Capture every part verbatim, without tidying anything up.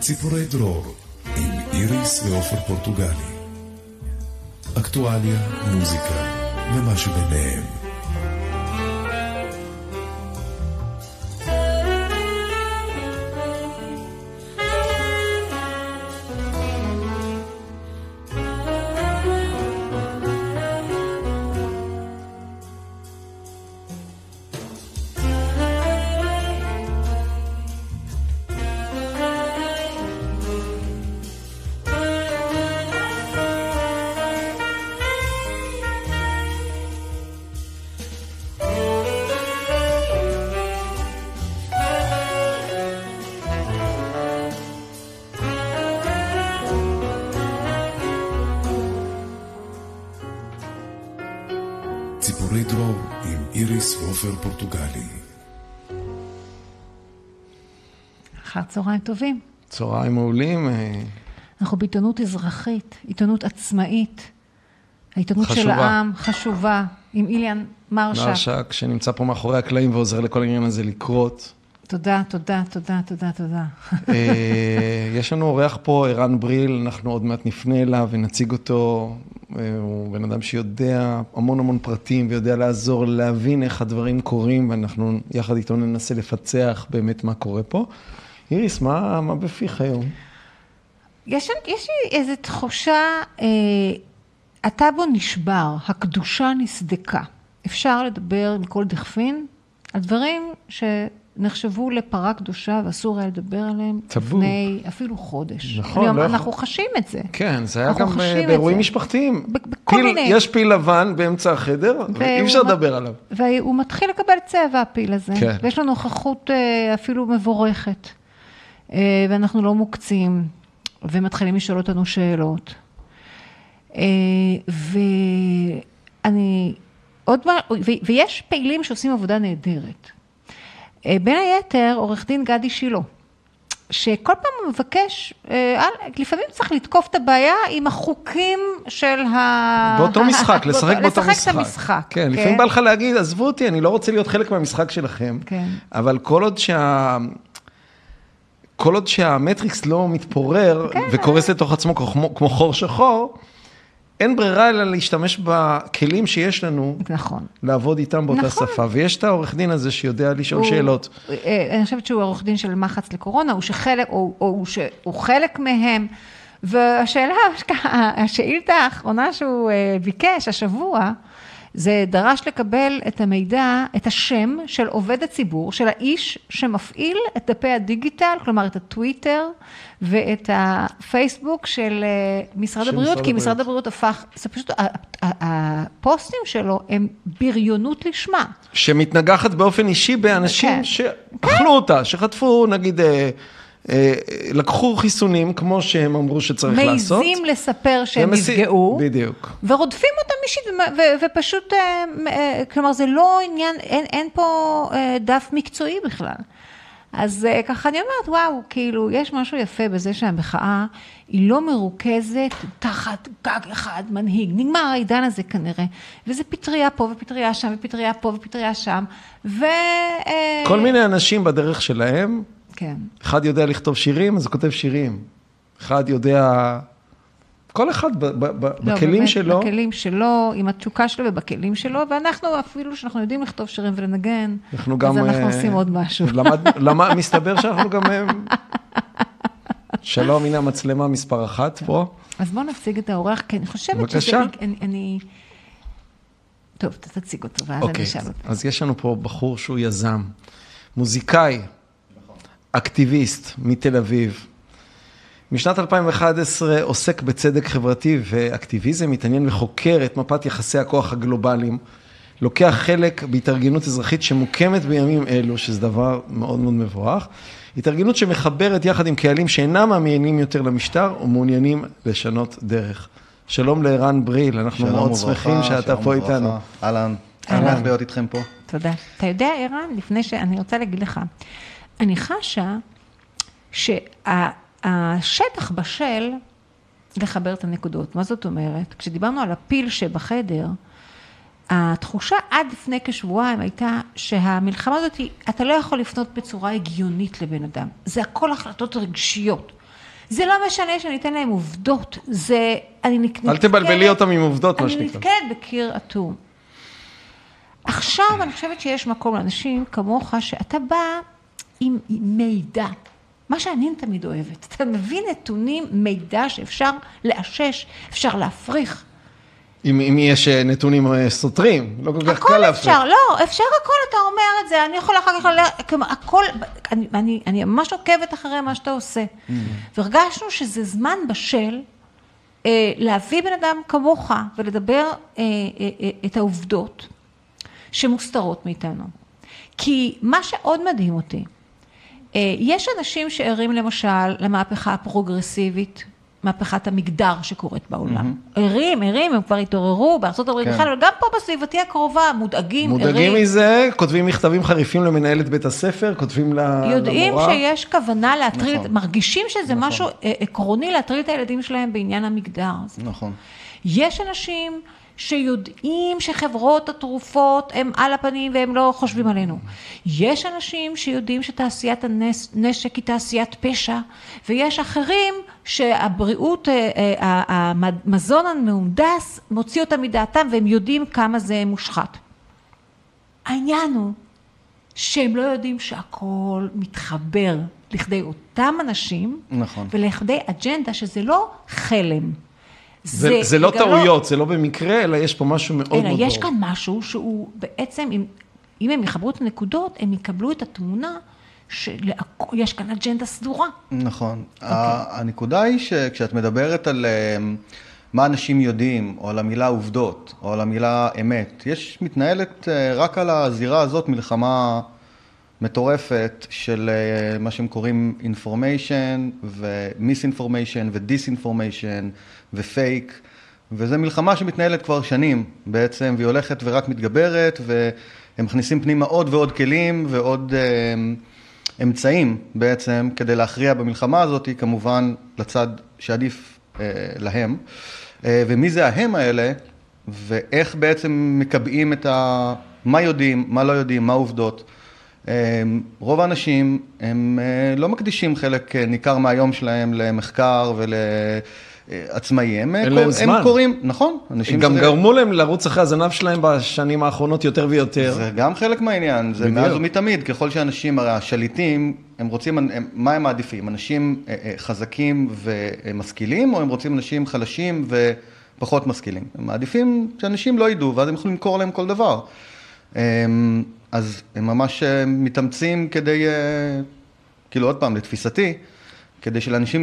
ציפורי דרור עם איריס ואופר פורטוגלי. אקטואליה, מוזיקה ומשהו ביניהם. ציפורי דרור עם איריס ואופר פורטוגלי. אחר צהריים טובים. צהריים מעולים. אנחנו בעיתונות אזרחית, עיתונות עצמאית, העיתונות חשובה. של העם, חשובה, עם איליאן מרשק. מרשק, שנמצא פה מאחורי הקלעים ועוזר לכל העניין הזה לקרות. תודה, תודה, תודה, תודה, תודה. יש לנו אורח פה, ערן בריל, אנחנו עוד מעט נפנה אליו ונציג אותו. הוא בן אדם שיודע המון המון פרטים ויודע לעזור, להבין איך הדברים קורים, ואנחנו יחד איתו ננסה לפצח באמת מה קורה פה. איריס, מה, מה בפיך היום? יש, יש לי איזו תחושה, אה, אתה בו נשבר, הקדושה נסדקה. אפשר לדבר עם כל דכפין על דברים שנחשבו לפרה קדושה ואסור היה לדבר עליהם טבו. לפני אפילו חודש. נכון, אני, לא אנחנו יכול... חשים את זה. כן, זה היה אנחנו גם חשים באירועים את זה. משפחתיים. ב- בכל פיל, מיני. יש פיל לבן באמצע החדר, ואי אפשר מ- לדבר עליו. והוא מתחיל לקבל צבע, הפיל הזה. כן. ויש לנו נוכחות אה, אפילו מבורכת. אה, ואנחנו לא מוקצים, ומתחילים לשאול אותנו שאלות. אה, ואני, עוד מה, ו, ויש פעילים שעושים עבודה נהדרת. אה, בין היתר, עורך דין גדי שילו, שכל פעם הוא מבקש, אה, לפעמים צריך לתקוף את הבעיה עם החוקים של ה... באותו משחק, לשחק באותו משחק. לשחק את המשחק. כן, לפעמים בא לך להגיד, עזבו אותי, אני לא רוצה להיות חלק מהמשחק שלכם. כן. אבל כל עוד שה... כל עוד שהמטריקס לא מתפורר, כן. וקורס לתוך עצמו כמו, כמו חור שחור, אין ברירה אלא להשתמש בכלים שיש לנו, נכון. לעבוד איתם באותה נכון. שפה. ויש את העורך דין הזה שיודע לשאול הוא- שאלות. אה, אני חושבת שהוא עורך דין של מחץ לקורונה, הוא שחלק, או, או הוא, ש, הוא חלק מהם, והשאלה, השאילתה האחרונה שהוא אה, ביקש השבוע, זה דרש לקבל את המידע, את השם של עובד הציבור, של האיש שמפעיל את דפי הדיגיטל, כלומר את הטוויטר ואת הפייסבוק של אה, משרד של הבריאות, משרד כי משרד הבריאות. הבריאות הפך, זה פשוט, ה- ה- הפוסטים שלו הם בריונות לשמה. שמתנגחת באופן אישי באנשים כן. שאכלו אותה, שחטפו, נגיד, אה, אה, לקחו חיסונים כמו שהם אמרו שצריך לעשות. מעיזים לספר שהם ומסי- נפגעו, בדיוק. ורודפים אותם אישית, ו- ו- ופשוט, אה, אה, כלומר, זה לא עניין, אין, אין פה אה, דף מקצועי בכלל. אז אה, ככה אני אומרת, וואו, כאילו, יש משהו יפה בזה שהמחאה היא לא מרוכזת תחת גג אחד, מנהיג. נגמר העידן הזה כנראה, וזה פטריה פה ופטריה שם, ופטריה פה ופטריה שם, ו... אה, כל מיני אנשים בדרך שלהם, כן. אחד יודע לכתוב שירים, אז הוא כותב שירים. אחד יודע, כל אחד ב- ב- ב- לא, בכלים באמת, שלו. בכלים שלו, עם התשוקה שלו ובכלים שלו, ואנחנו אפילו שאנחנו יודעים לכתוב שירים ולנגן, אנחנו גם... אז אנחנו אה, עושים עוד משהו. למד, למד, מסתבר שאנחנו גם... אה, שלום, הנה המצלמה מספר אחת פה. אז בואו נציג את האורח, כי אני חושבת בבקשה. שזה... אני, אני... טוב, אתה תציג אותו, ואז אני אוקיי, אשאל אותו. אז יש לנו פה בחור שהוא יזם, מוזיקאי, אקטיביסט מתל אביב. משנת אלפיים ואחת עשרה עוסק בצדק חברתי ואקטיביזם, מתעניין וחוקר את מפת יחסי הכוח הגלובליים, לוקח חלק בהתארגנות אזרחית שמוקמת בימים אלו, שזה דבר מאוד מאוד מבורך, התארגנות שמחברת יחד עם קהלים שאינם מעניינים יותר למשטר ומעוניינים לשנות דרך. שלום לערן בריל, אנחנו מאוד שמחים שאתה פה איתנו. אהלן, שמח להיות איתכם פה. תודה. אתה יודע, ערן, לפני שאני רוצה להגיד לך, אני חשה שהשטח בשל לחבר את הנקודות. מה זאת אומרת? כשדיברנו על הפיל שבחדר, התחושה עד לפני כשבועיים הייתה שהמלחמה הזאת, אתה לא יכול לפנות בצורה הגיונית לבן אדם. זה הכל החלטות רגשיות. זה לא משנה שאני אתן להם עובדות, זה, אני נתקלת... אל תבלבלי אותם עם עובדות, מה שנקרא. אני נתקלת בקיר אטום. עכשיו אני חושבת שיש מקום לאנשים כמוך, שאתה בא עם מידע. מה שאני תמיד אוהבת. אתה מביא נתונים, מידע שאפשר לאשש, אפשר להפריך. אם, אם יש נתונים סותרים, לא כל כך קל להפריך. הכל אפשר, לא, אפשר הכל, אתה אומר את זה, אני יכול אחר כך, הכל, אני, אני, אני ממש עוקבת אחרי מה שאתה עושה. Mm-hmm. והרגשנו שזה זמן בשל, אה, להביא בן אדם כמוך, ולדבר אה, אה, אה, את העובדות, שמוסתרות מאיתנו. כי מה שעוד מדהים אותי, יש אנשים שערים למשל למהפכה הפרוגרסיבית, מהפכת המגדר שקורית בעולם. ערים, ערים, הם כבר התעוררו בארצות הברית בכלל, אבל גם פה בסביבתי הקרובה, מודאגים, ערים. מודאגים מזה, כותבים מכתבים חריפים למנהלת בית הספר, כותבים למורה. יודעים שיש כוונה להטריל, מרגישים שזה משהו עקרוני להטריל את הילדים שלהם בעניין המגדר. נכון. יש אנשים שיודעים שחברות התרופות הם על הפנים והם לא חושבים עלינו. יש אנשים שיודעים שתעשיית הנשק היא תעשיית פשע, ויש אחרים שהבריאות, המזון המהונדס מוציא אותם מדעתם והם יודעים כמה זה מושחת. העניין הוא שהם לא יודעים שהכל מתחבר לכדי אותם אנשים, נכון. ולכדי אג'נדה שזה לא חלם. זה, זה, זה לא טעויות, זה לא במקרה, אלא יש פה משהו מאוד מאוד ברור. אלא יש כאן משהו שהוא בעצם, אם, אם הם יחברו את הנקודות, הם יקבלו את התמונה שיש כאן אג'נדה סדורה. נכון. Okay. הנקודה היא שכשאת מדברת על מה אנשים יודעים, או על המילה עובדות, או על המילה אמת, יש מתנהלת רק על הזירה הזאת מלחמה מטורפת של מה שהם קוראים information ו-misinformation ו-disinformation ופייק, וזו מלחמה שמתנהלת כבר שנים בעצם, והיא הולכת ורק מתגברת, והם מכניסים פנימה עוד ועוד כלים ועוד אה, אמצעים בעצם כדי להכריע במלחמה הזאת, כמובן לצד שעדיף אה, להם. אה, ומי זה ההם האלה, ואיך בעצם מקבעים את ה... מה יודעים, מה לא יודעים, מה עובדות. רוב האנשים הם לא מקדישים חלק ניכר מהיום שלהם למחקר ולעצמאי. הם, הם קוראים, נכון. הם גם שזה... גרמו להם לרוץ אחרי הזנב שלהם בשנים האחרונות יותר ויותר. זה גם חלק מהעניין, זה מאז ומתמיד. ככל שאנשים, הרי השליטים, הם רוצים, הם, מה הם מעדיפים? אנשים חזקים ומשכילים, או הם רוצים אנשים חלשים ופחות משכילים? הם מעדיפים שאנשים לא ידעו, ואז הם יכולים למכור להם כל דבר. אז הם ממש מתאמצים כדי, כאילו עוד פעם, לתפיסתי, כדי שלאנשים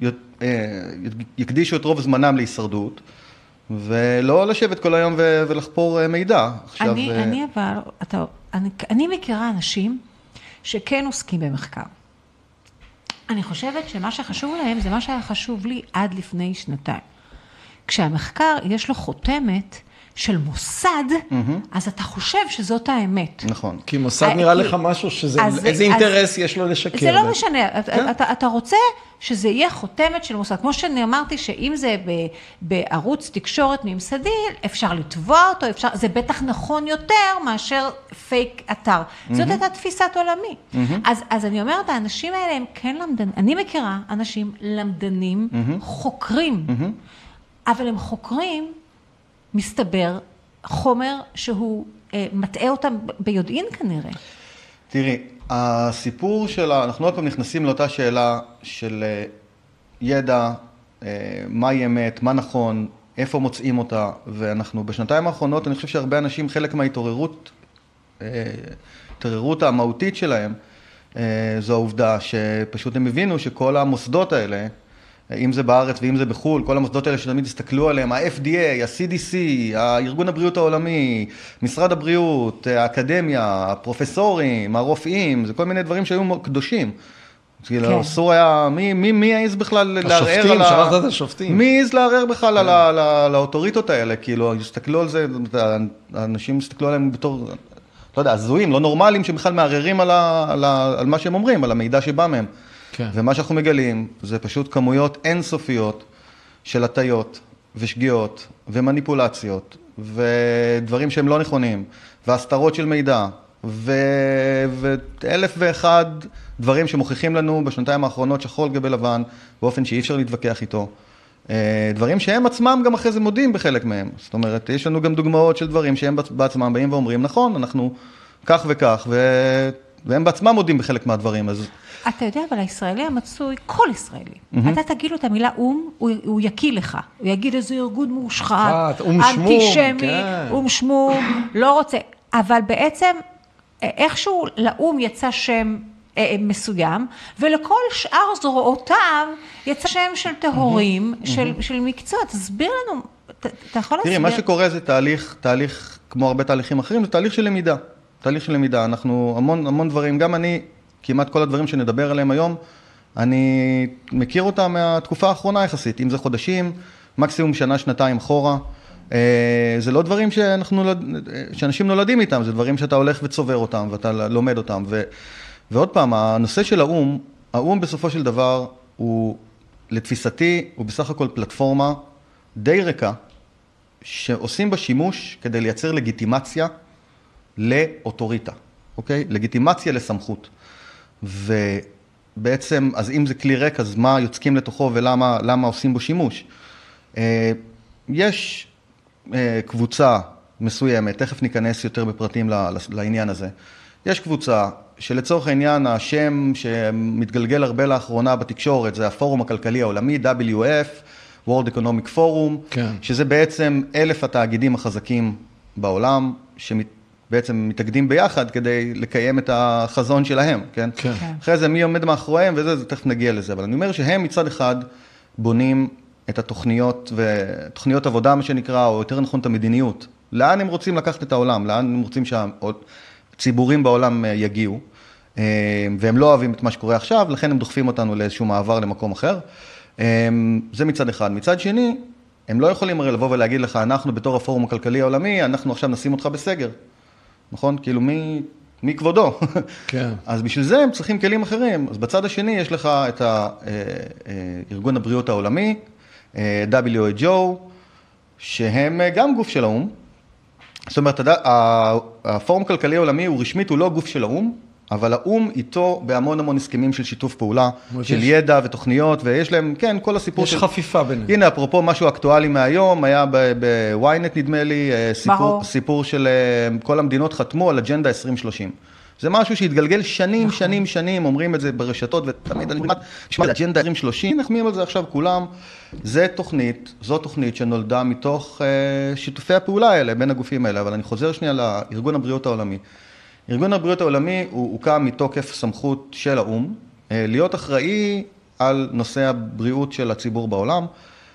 יקדישו את רוב זמנם להישרדות, ולא לשבת כל היום ולחפור מידע. אני, אני אבל, אתה, אני, אני מכירה אנשים שכן עוסקים במחקר. אני חושבת שמה שחשוב להם זה מה שהיה חשוב לי עד לפני שנתיים. כשהמחקר יש לו חותמת, של מוסד, אז אתה חושב שזאת האמת. נכון. כי מוסד נראה לך משהו שזה, איזה אינטרס יש לו לשקר. זה לא משנה, אתה רוצה שזה יהיה חותמת של מוסד. כמו שאני אמרתי שאם זה בערוץ תקשורת ממסדי, אפשר לתבוע אותו, זה בטח נכון יותר מאשר פייק אתר. זאת הייתה תפיסת עולמי. אז אני אומרת, האנשים האלה הם כן למדנים, אני מכירה אנשים למדנים, חוקרים, אבל הם חוקרים, מסתבר חומר שהוא אה, מטעה אותם ביודעין כנראה. תראי, הסיפור שלה, אנחנו עוד פעם נכנסים לאותה שאלה של אה, ידע, אה, מהי אמת, מה נכון, איפה מוצאים אותה, ואנחנו בשנתיים האחרונות, אני חושב שהרבה אנשים, חלק מההתעוררות, אה, התעוררות המהותית שלהם, אה, זו העובדה שפשוט הם הבינו שכל המוסדות האלה, אם זה בארץ ואם זה בחול, כל המוסדות האלה שתמיד הסתכלו עליהם, ה-F D A, ה-C D C, הארגון הבריאות העולמי, משרד הבריאות, האקדמיה, הפרופסורים, הרופאים, זה כל מיני דברים שהיו קדושים. כן. אסור היה, מי, מי, מי העז בכלל לערער על השופטים, שרחת את השופטים. מי העז לערער בכלל על, על, על האוטוריטות האלה, כאילו, הסתכלו על זה, האנשים הסתכלו עליהם בתור, לא יודע, הזויים, לא נורמליים, שבכלל מערערים על, ה, על, ה, על מה שהם אומרים, על המידע שבא מהם. כן. ומה שאנחנו מגלים זה פשוט כמויות אינסופיות של הטיות ושגיאות ומניפולציות ודברים שהם לא נכונים והסתרות של מידע ואלף ואחד דברים שמוכיחים לנו בשנתיים האחרונות שחור על גבי לבן, באופן שאי אפשר להתווכח איתו. דברים שהם עצמם גם אחרי זה מודים בחלק מהם. זאת אומרת, יש לנו גם דוגמאות של דברים שהם בעצמם באים ואומרים, נכון, אנחנו כך וכך, ו... והם בעצמם מודים בחלק מהדברים. אז... אתה יודע, אבל הישראלי המצוי, כל ישראלי, mm-hmm. אתה תגיד לו את המילה אום, הוא, הוא יקיא לך. הוא יגיד איזה ארגון מושחת, אנטישמי, כן. אום שמום, לא רוצה. אבל בעצם, איכשהו לאום יצא שם אה, מסוים, ולכל שאר זרועותיו יצא שם של טהורים, mm-hmm. של, mm-hmm. של מקצוע. תסביר לנו, ת, אתה יכול להסביר? תראי, מה שקורה זה תהליך, תהליך, כמו הרבה תהליכים אחרים, זה תהליך של למידה. תהליך של למידה. אנחנו המון, המון דברים, גם אני, כמעט כל הדברים שנדבר עליהם היום, אני מכיר אותם מהתקופה האחרונה יחסית, אם זה חודשים, מקסימום שנה, שנתיים אחורה. זה לא דברים שאנחנו, שאנשים נולדים איתם, זה דברים שאתה הולך וצובר אותם, ואתה לומד אותם. ו, ועוד פעם, הנושא של האום, האום בסופו של דבר, הוא, לתפיסתי, הוא בסך הכל פלטפורמה די ריקה, שעושים בה שימוש כדי לייצר לגיטימציה לאוטוריטה, אוקיי? לגיטימציה לסמכות. ובעצם, אז אם זה כלי ריק, אז מה יוצקים לתוכו ולמה למה עושים בו שימוש? יש קבוצה מסוימת, תכף ניכנס יותר בפרטים לעניין הזה. יש קבוצה שלצורך העניין, השם שמתגלגל הרבה לאחרונה בתקשורת, זה הפורום הכלכלי העולמי, דאבליו אף, World Economic Forum, כן. שזה בעצם אלף התאגידים החזקים בעולם, שבעצם מתאגדים ביחד כדי לקיים את החזון שלהם, כן? כן. אחרי זה מי עומד מאחוריהם, וזה, זה תכף נגיע לזה, אבל אני אומר שהם מצד אחד בונים את התוכניות, ותוכניות עבודה, מה שנקרא, או יותר נכון את המדיניות. לאן הם רוצים לקחת את העולם? לאן הם רוצים שהציבורים בעולם יגיעו? והם לא אוהבים את מה שקורה עכשיו, לכן הם דוחפים אותנו לאיזשהו מעבר למקום אחר. זה מצד אחד. מצד שני, הם לא יכולים הרי לבוא ולהגיד לך, אנחנו בתור הפורום הכלכלי העולמי, אנחנו עכשיו נשים אותך בסגר. נכון? כאילו, מי, מי כבודו? כן. אז בשביל זה הם צריכים כלים אחרים. אז בצד השני יש לך את ארגון הבריאות העולמי, דאבליו אייץ' או, שהם גם גוף של האום. זאת אומרת, הפורום הכלכלי העולמי הוא רשמית, הוא לא גוף של האום, אבל האום איתו בהמון המון הסכמים של שיתוף פעולה, של יש... ידע ותוכניות, ויש להם, כן, כל הסיפור יש של... יש חפיפה ביניהם. הנה, אפרופו משהו אקטואלי מהיום, היה בוויינט נדמה לי, סיפור, סיפור של כל המדינות חתמו על אג'נדה עשרים שלושים. זה משהו שהתגלגל שנים, שנים, שנים, אומרים את זה ברשתות, ותמיד אני אומרת, תשמע, אג'נדה עשרים שלושים, נחמים על זה עכשיו כולם. זה תוכנית, זו תוכנית שנולדה מתוך שיתופי הפעולה האלה, בין הגופים האלה, אבל אני חוזר שנייה לארגון הבריאות העולמי. ארגון הבריאות העולמי הוא הוקם מתוקף סמכות של האום, להיות אחראי על נושא הבריאות של הציבור בעולם,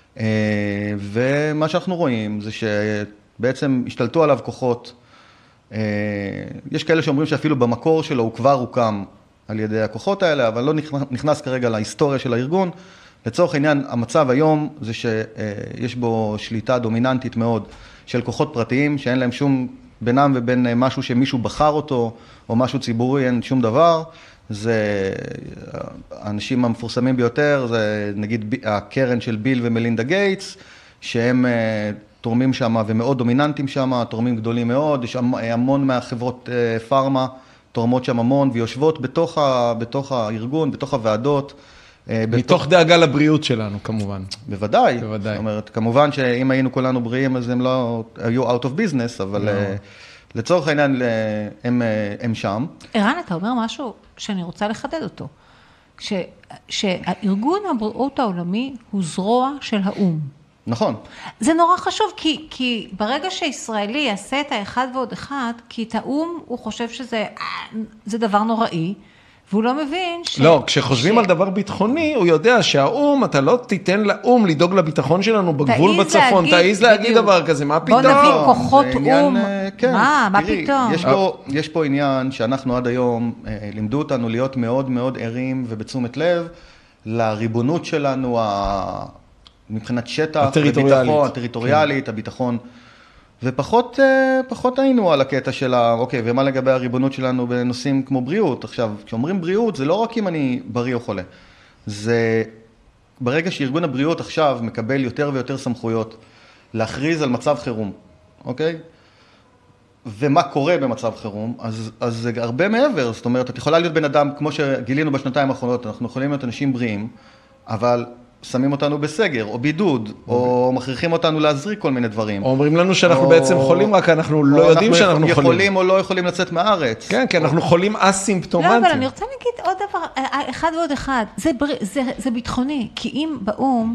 ומה שאנחנו רואים זה שבעצם השתלטו עליו כוחות, יש כאלה שאומרים שאפילו במקור שלו הוא כבר הוקם על ידי הכוחות האלה, אבל לא נכנס כרגע להיסטוריה של הארגון. לצורך העניין, המצב היום זה שיש בו שליטה דומיננטית מאוד של כוחות פרטיים, שאין להם שום בינם ובין משהו שמישהו בחר אותו, או משהו ציבורי, אין שום דבר. זה האנשים המפורסמים ביותר, זה נגיד הקרן של ביל ומלינדה גייטס, שהם תורמים שם ומאוד דומיננטים שם, תורמים גדולים מאוד, יש המון מהחברות פארמה, תורמות שם המון, ויושבות בתוך, ה, בתוך הארגון, בתוך הוועדות. מתוך בתוך... דאגה לבריאות שלנו, כמובן. בוודאי. בוודאי. זאת אומרת, כמובן שאם היינו כולנו בריאים, אז הם לא היו out of business, אבל לא. לצורך העניין הם, הם שם. ערן, אתה אומר משהו שאני רוצה לחדד אותו. ש, שהארגון הבריאות העולמי הוא זרוע של האום. נכון. זה נורא חשוב, כי, כי ברגע שישראלי יעשה את האחד ועוד אחד, כי את האום הוא חושב שזה זה דבר נוראי, והוא לא מבין ש... לא, כשחושבים ש... על דבר ביטחוני, הוא יודע שהאום, אתה לא תיתן לאום לדאוג לביטחון שלנו בגבול בצפון, תעיז להגיד דבר כזה, מה פתאום? בוא נביא כוחות אום, כן, מה, מה תראי, פתאום? יש פה, יש פה עניין שאנחנו עד היום לימדו אותנו להיות מאוד מאוד ערים ובתשומת לב לריבונות שלנו, ה... מבחינת שטח, הטריטוריאלית, הטריטוריאלית, כן. הביטחון, ופחות פחות היינו על הקטע של, אוקיי, ומה לגבי הריבונות שלנו בנושאים כמו בריאות? עכשיו, כשאומרים בריאות, זה לא רק אם אני בריא או חולה. זה ברגע שארגון הבריאות עכשיו מקבל יותר ויותר סמכויות להכריז על מצב חירום, אוקיי? ומה קורה במצב חירום, אז, אז זה הרבה מעבר, זאת אומרת, את יכולה להיות בן אדם, כמו שגילינו בשנתיים האחרונות, אנחנו יכולים להיות אנשים בריאים, אבל שמים אותנו בסגר, או בידוד, או מכריחים אותנו להזריק כל מיני דברים. או אומרים לנו שאנחנו בעצם חולים, רק אנחנו לא יודעים שאנחנו חולים. יכולים או לא יכולים לצאת מהארץ. כן, כי אנחנו חולים אסימפטומטיים. לא, אבל אני רוצה להגיד עוד דבר, אחד ועוד אחד, זה ביטחוני, כי אם באום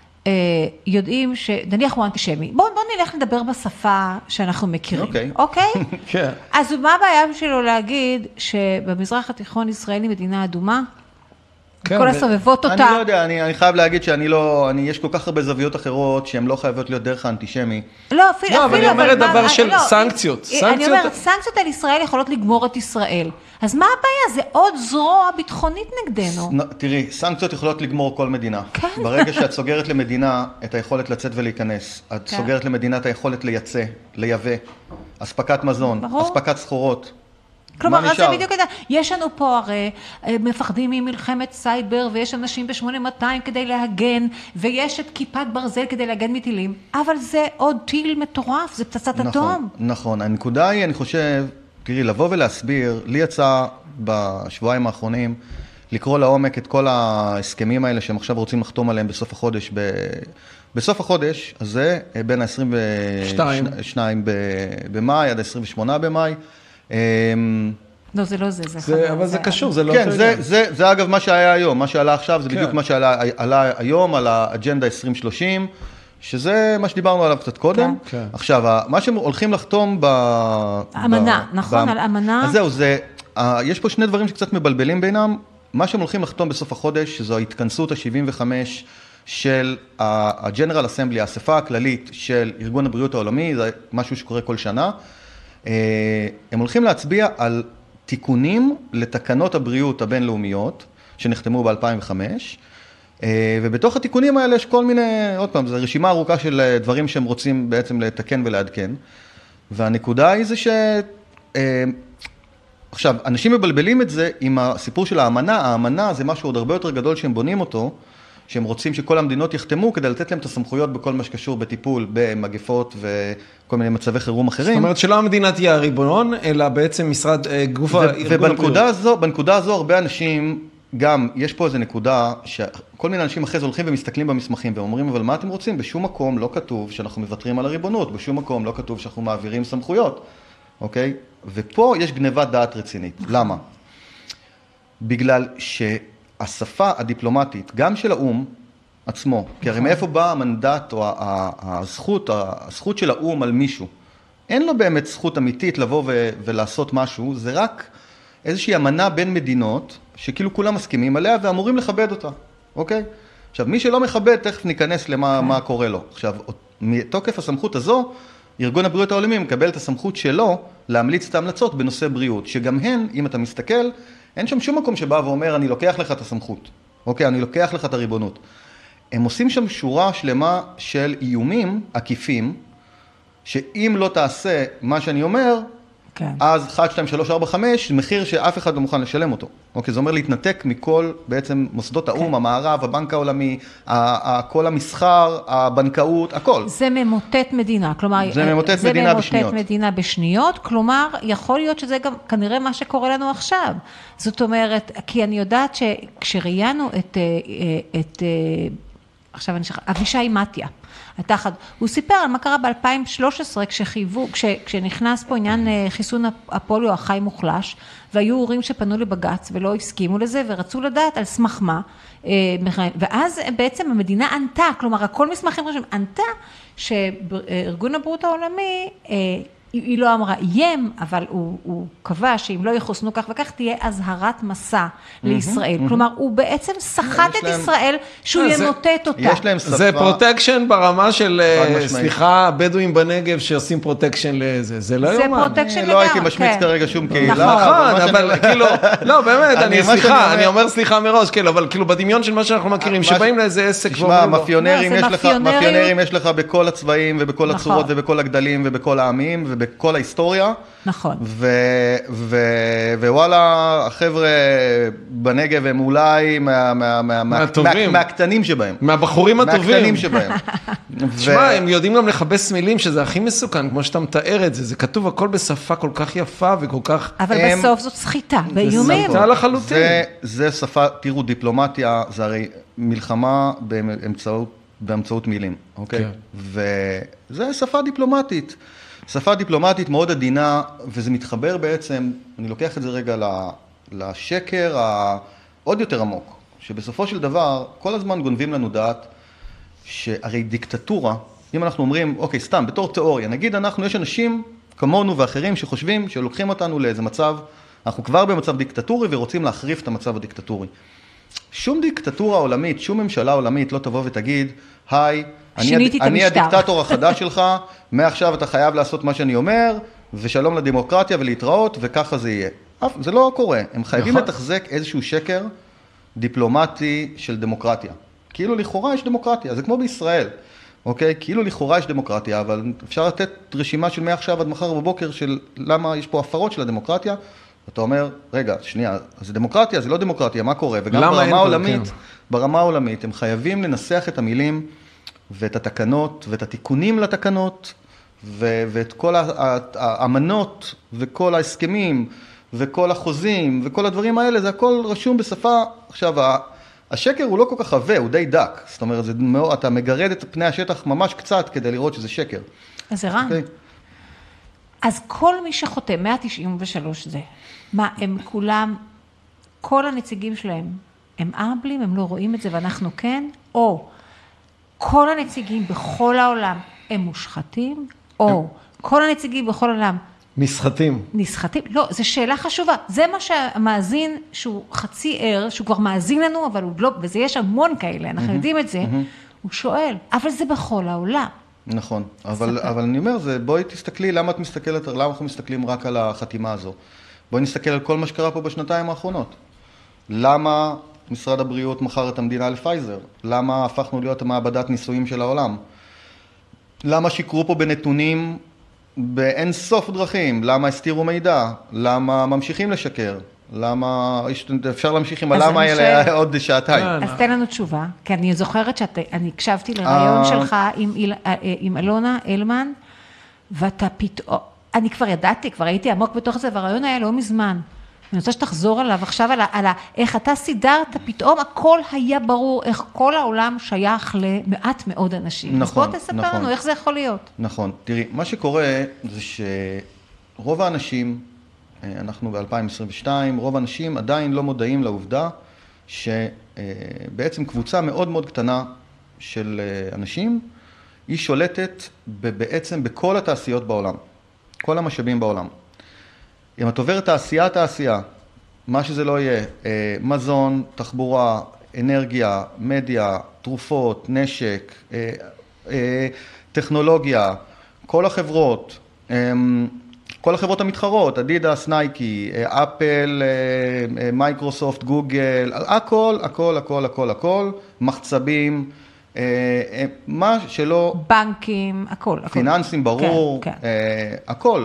יודעים שנניח הוא אנטישמי, בואו נלך לדבר בשפה שאנחנו מכירים, אוקיי? כן. אז מה הבעיה שלו להגיד שבמזרח התיכון ישראל היא מדינה אדומה? כל הסובבות אותה. אני לא יודע, אני חייב להגיד שאני לא, יש כל כך הרבה זוויות אחרות שהן לא חייבות להיות דרך האנטישמי. לא, אפילו, לא, אבל אני אומרת דבר של סנקציות. אני אומרת, סנקציות על ישראל יכולות לגמור את ישראל. אז מה הבעיה? זה עוד זרוע ביטחונית נגדנו. תראי, סנקציות יכולות לגמור כל מדינה. ברגע שאת סוגרת למדינה את היכולת לצאת ולהיכנס, את סוגרת למדינה את היכולת לייצא, לייבא, אספקת מזון, אספקת סחורות. כלומר, זה בדיוק כזה, יש לנו פה הרי מפחדים ממלחמת סייבר, ויש אנשים ב-שמונה מאתיים כדי להגן, ויש את כיפת ברזל כדי להגן מטילים, אבל זה עוד טיל מטורף, זה פצצת אטום. נכון, הנקודה היא, אני חושב, תראי, לבוא ולהסביר, לי יצא בשבועיים האחרונים, לקרוא לעומק את כל ההסכמים האלה שהם עכשיו רוצים לחתום עליהם בסוף החודש, בסוף החודש הזה, בין ה-עשרים ושניים במאי עד ה-עשרים ושמונה במאי, לא, זה לא זה, זה אבל זה קשור, זה לא... כן, זה אגב מה שהיה היום, מה שעלה עכשיו, זה בדיוק מה שעלה היום על האג'נדה עשרים שלושים, שזה מה שדיברנו עליו קצת קודם. עכשיו, מה שהם הולכים לחתום ב... אמנה, נכון, על אמנה. אז זהו, יש פה שני דברים שקצת מבלבלים בינם. מה שהם הולכים לחתום בסוף החודש, שזו ההתכנסות ה-שבעים וחמש של ה-General Assembly, האספה הכללית של ארגון הבריאות העולמי, זה משהו שקורה כל שנה. הם הולכים להצביע על תיקונים לתקנות הבריאות הבינלאומיות, שנחתמו ב-אלפיים וחמש, ובתוך התיקונים האלה יש כל מיני, עוד פעם, זו רשימה ארוכה של דברים שהם רוצים בעצם לתקן ולעדכן, והנקודה היא זה ש... עכשיו, אנשים מבלבלים את זה עם הסיפור של האמנה, האמנה זה משהו עוד הרבה יותר גדול שהם בונים אותו, שהם רוצים שכל המדינות יחתמו כדי לתת להם את הסמכויות בכל מה שקשור בטיפול, במגפות וכל מיני מצבי חירום אחרים. זאת אומרת שלא המדינה תהיה הריבון, אלא בעצם משרד, גוף הארגון הבריאות. ובנקודה הזו, בנקודה הזו הרבה אנשים, גם יש פה איזו נקודה, שכל מיני אנשים אחרי זה הולכים ומסתכלים במסמכים ואומרים, אבל מה אתם רוצים? בשום מקום לא כתוב שאנחנו מוותרים על הריבונות, בשום מקום לא כתוב שאנחנו מעבירים סמכויות, אוקיי? ופה יש גניבת דעת רצינית. למה? בגלל ש... השפה הדיפלומטית, גם של האום עצמו, כי הרי מאיפה בא המנדט או הזכות, הזכות של האום על מישהו, אין לו באמת זכות אמיתית לבוא ולעשות משהו, זה רק איזושהי אמנה בין מדינות, שכאילו כולם מסכימים עליה ואמורים לכבד אותה, אוקיי? עכשיו, מי שלא מכבד, תכף ניכנס למה מה קורה לו. עכשיו, מתוקף הסמכות הזו, ארגון הבריאות העולמי מקבל את הסמכות שלו להמליץ את ההמלצות בנושא בריאות, שגם הן, אם אתה מסתכל, אין שם שום מקום שבא ואומר, אני לוקח לך את הסמכות, אוקיי, אני לוקח לך את הריבונות. הם עושים שם שורה שלמה של איומים עקיפים, שאם לא תעשה מה שאני אומר, כן. אז אחת, שתיים, שלוש, ארבע, חמש, מחיר שאף אחד לא מוכן לשלם אותו. אוקיי, זה אומר להתנתק מכל בעצם מוסדות האום, כן. המערב, הבנק העולמי, כל המסחר, הבנקאות, הכל. זה ממוטט מדינה, כלומר, זה ממוטט מדינה ממוטט בשניות. זה ממוטט מדינה בשניות, כלומר, יכול להיות שזה גם כנראה מה שקורה לנו עכשיו. זאת אומרת, כי אני יודעת שכשראיינו את, את, עכשיו אני שכח, אבישי מתיה, התחת, הוא סיפר על מה קרה ב-אלפיים ושלוש עשרה כשחייבו, כש, כשנכנס פה עניין חיסון הפוליו החי מוחלש, והיו הורים שפנו לבג"ץ ולא הסכימו לזה ורצו לדעת על סמך מה, ואז בעצם המדינה ענתה, כלומר הכל מסמכים ראשונים, ענתה שארגון הבריאות העולמי, היא לא אמרה איים, אבל הוא, הוא קבע שאם לא יחוסנו כך וכך, תהיה הזהרת מסע לישראל. כלומר, הוא בעצם סחט את ישראל שהוא ימוטט אותה. יש להם שפה. זה פרוטקשן ברמה של, סליחה, בדואים בנגב שעושים פרוטקשן לזה. זה לא יומן. זה פרוטקשן לגמרי. לא הייתי משמיץ כרגע שום קהילה. נכון, אבל כאילו, לא, באמת, אני סליחה, אני אומר סליחה מראש, אבל כאילו בדמיון של מה שאנחנו מכירים, שבאים לאיזה עסק תשמע, מאפיונרים יש לך בכל הצבעים ובכל הצורות ובכל הגדלים ובכל העמים בכל ההיסטוריה. נכון. ו- ו- ווואלה, החבר'ה בנגב הם אולי מה- מה- מה- מה- מה- מהקטנים שבהם. מהבחורים הטובים. מהקטנים שבהם. תשמע, הם יודעים גם לחפש מילים שזה הכי מסוכן, כמו שאתה מתאר את זה, זה כתוב הכל בשפה כל כך יפה וכל כך... אבל בסוף זאת סחיטה, באיומים. זה סחיטה לחלוטין. זה שפה, תראו, דיפלומטיה, זה הרי מלחמה באמצעות, באמצעות מילים, אוקיי? וזה שפה דיפלומטית. שפה דיפלומטית מאוד עדינה, וזה מתחבר בעצם, אני לוקח את זה רגע לשקר העוד יותר עמוק, שבסופו של דבר, כל הזמן גונבים לנו דעת, שהרי דיקטטורה, אם אנחנו אומרים, אוקיי, סתם, בתור תיאוריה, נגיד אנחנו, יש אנשים כמונו ואחרים שחושבים שלוקחים אותנו לאיזה מצב, אנחנו כבר במצב דיקטטורי ורוצים להחריף את המצב הדיקטטורי. שום דיקטטורה עולמית, שום ממשלה עולמית לא תבוא ותגיד, היי, אני, אני הדיקטטור החדש שלך, מעכשיו אתה חייב לעשות מה שאני אומר, ושלום לדמוקרטיה ולהתראות, וככה זה יהיה. זה לא קורה, הם חייבים לתחזק איזשהו שקר דיפלומטי של דמוקרטיה. כאילו לכאורה יש דמוקרטיה, זה כמו בישראל, אוקיי? כאילו לכאורה יש דמוקרטיה, אבל אפשר לתת רשימה של מעכשיו עד מחר בבוקר של למה יש פה הפרות של הדמוקרטיה, אתה אומר, רגע, שנייה, זה דמוקרטיה, זה לא דמוקרטיה, מה קורה? וגם ברמה העולמית, ברמה העולמית, הם חייבים לנסח את המילים ואת התקנות ואת התיקונים לתקנות ואת כל האמנות וכל ההסכמים וכל החוזים וכל הדברים האלה, זה הכל רשום בשפה, עכשיו, השקר הוא לא כל כך עבה, הוא די דק, זאת אומרת, זה מאוד, אתה מגרד את פני השטח ממש קצת כדי לראות שזה שקר. אז ערן, okay. אז כל מי שחותם, מאה תשעים ושלוש זה, מה, הם כולם, כל הנציגים שלהם, הם ארבלים, הם לא רואים את זה ואנחנו כן, או כל הנציגים בכל העולם הם מושחתים, או כל הנציגים בכל העולם נסחטים. נסחטים? לא, זו שאלה חשובה. זה מה שהמאזין, שהוא חצי ער, שהוא כבר מאזין לנו, אבל הוא לא, וזה יש המון כאלה, אנחנו יודעים את זה, הוא שואל, אבל זה בכל העולם. נכון, אבל, אבל אני אומר, זה, בואי תסתכלי, למה את מסתכלת, למה אנחנו מסתכלים רק על החתימה הזו? בואי נסתכל על כל מה שקרה פה בשנתיים האחרונות. למה משרד הבריאות מכר את המדינה לפייזר? למה הפכנו להיות המעבדת ניסויים של העולם? למה שיקרו פה בנתונים באין סוף דרכים? למה הסתירו מידע? למה ממשיכים לשקר? למה, אפשר להמשיך עם הלמה האלה עוד שעתיים. אז תן לנו תשובה, כי אני זוכרת שאני הקשבתי לרעיון שלך עם אלונה אלמן, ואתה פתאום, אני כבר ידעתי, כבר הייתי עמוק בתוך זה, והרעיון היה לא מזמן. אני רוצה שתחזור עליו עכשיו, על איך אתה סידרת, פתאום הכל היה ברור, איך כל העולם שייך למעט מאוד אנשים. נכון, אז בוא תספר לנו איך זה יכול להיות. נכון, תראי, מה שקורה זה שרוב האנשים, אנחנו ב-אלפיים עשרים ושתיים, רוב האנשים עדיין לא מודעים לעובדה שבעצם קבוצה מאוד מאוד קטנה של אנשים, היא שולטת בעצם בכל התעשיות בעולם, כל המשאבים בעולם. אם את עוברת תעשייה, תעשייה, מה שזה לא יהיה, מזון, תחבורה, אנרגיה, מדיה, תרופות, נשק, טכנולוגיה, כל החברות, כל החברות המתחרות, אדידס, נייקי, אפל, מייקרוסופט, גוגל, הכל, הכל, הכל, הכל, הכל, מחצבים, מה שלא... בנקים, הכל, הכל. פיננסים, ברור, כן, כן. הכל.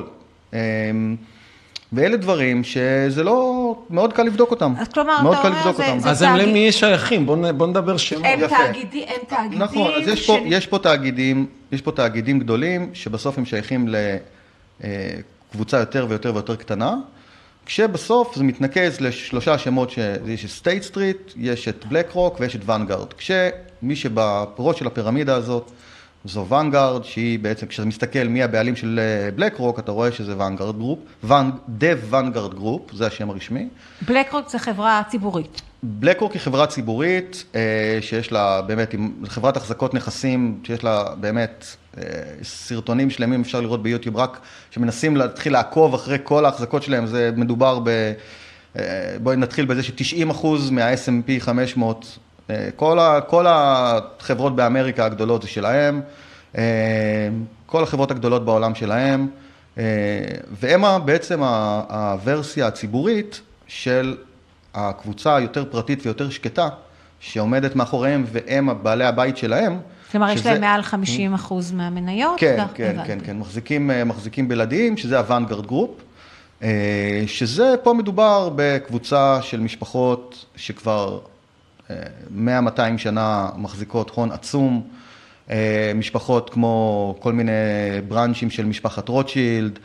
ואלה דברים שזה לא, מאוד קל לבדוק אותם. אז כלומר, מאוד אתה קל אומר, לבדוק זה, אותם. זה אז הם למי שייכים? בוא, בוא נדבר שמות. הם יפה. תאגידים, הם תאגידים. נכון, אז יש פה, יש פה תאגידים, יש פה תאגידים גדולים, שבסוף הם שייכים לקבוצה יותר ויותר ויותר קטנה, כשבסוף זה מתנקז לשלושה שמות, שיש את סטייט סטריט, יש את בלק רוק ויש את ונגארד. כשמי שבראש של הפירמידה הזאת, זו ונגארד, שהיא בעצם, כשאתה מסתכל מי הבעלים של בלק רוק, אתה רואה שזה ונגארד גרופ, דב ונגארד גרופ, זה השם הרשמי. בלק רוק זה חברה ציבורית. בלק רוק היא חברה ציבורית, שיש לה באמת, חברת החזקות נכסים, שיש לה באמת סרטונים שלמים, אפשר לראות ביוטיוב, רק שמנסים להתחיל לעקוב אחרי כל ההחזקות שלהם, זה מדובר ב... בואי נתחיל בזה ש-תשעים אחוז מה-אס אנד פי חמש מאות, כל, ה, כל החברות באמריקה הגדולות זה שלהם, כל החברות הגדולות בעולם שלהם, והם בעצם הוורסיה הציבורית של הקבוצה היותר פרטית ויותר שקטה, שעומדת מאחוריהם והם בעלי הבית שלהם. כלומר, שזה... יש להם מעל חמישים אחוז מהמניות? כן, כן, כן, כן, מחזיקים, מחזיקים בלעדיים, שזה הוונגארד גרופ, שזה פה מדובר בקבוצה של משפחות שכבר מאה מאתיים שנה מחזיקות הון עצום, משפחות כמו כל מיני ברנצ'ים של משפחת רוטשילד,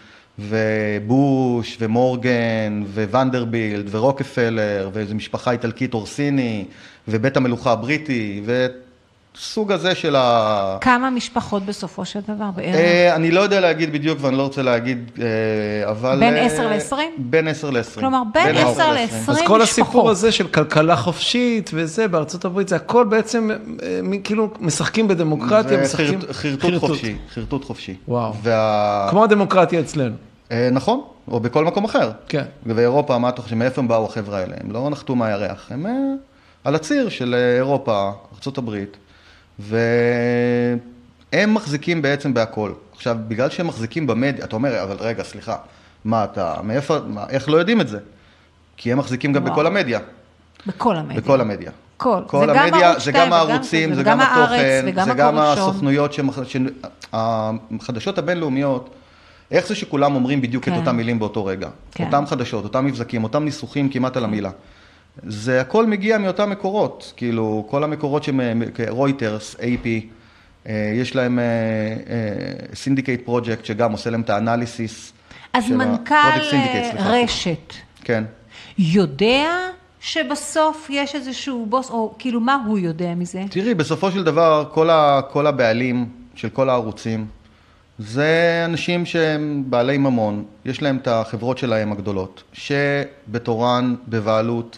ובוש, ומורגן, וונדרבילד, ורוקפלר, ואיזו משפחה איטלקית אורסיני, ובית המלוכה הבריטי, וסוג הזה של ה... כמה משפחות בסופו של דבר בערך? אני לא יודע להגיד בדיוק, ואני לא רוצה להגיד, אבל... בין עשר לעשרים? בין עשר לעשרים. כלומר, בין עשר לעשרים משפחות. אז כל הסיפור הזה של כלכלה חופשית וזה, בארצות הברית, זה הכל בעצם, כאילו, משחקים בדמוקרטיה, משחקים... חרטוט חופשי, חרטוט חופשי. וואו. כמו הדמוקרטיה אצלנו. נכון, או בכל מקום אחר. כן. ובאירופה, מה אתה חושב, מאיפה הם באו החבר'ה האלה? הם לא נחתו מהירח, הם על הציר של אירופה, ארצות הברית, והם מחזיקים בעצם בהכל. עכשיו, בגלל שהם מחזיקים במדיה, אתה אומר, אבל רגע, סליחה, מה אתה, מאיפה, מה, איך לא יודעים את זה? כי הם מחזיקים גם בכל המדיה. בכל המדיה. בכל המדיה. כל. כל המדיה, זה גם הערוצים, זה גם התוכן, זה גם הסוכנויות, החדשות הבינלאומיות, איך זה שכולם אומרים בדיוק כן. את אותם מילים באותו רגע? כן. אותם חדשות, אותם מבזקים, אותם ניסוחים כמעט על המילה. זה הכל מגיע מאותם מקורות, כאילו כל המקורות שרויטרס, איי פי, יש להם סינדיקייט פרויקט שגם עושה להם את האנליסיס. אז מנכ"ל רשת, כן. יודע שבסוף יש איזשהו בוס, או כאילו מה הוא יודע מזה? תראי, בסופו של דבר כל, ה, כל הבעלים של כל הערוצים, זה אנשים שהם בעלי ממון, יש להם את החברות שלהם הגדולות, שבתורן, בבעלות,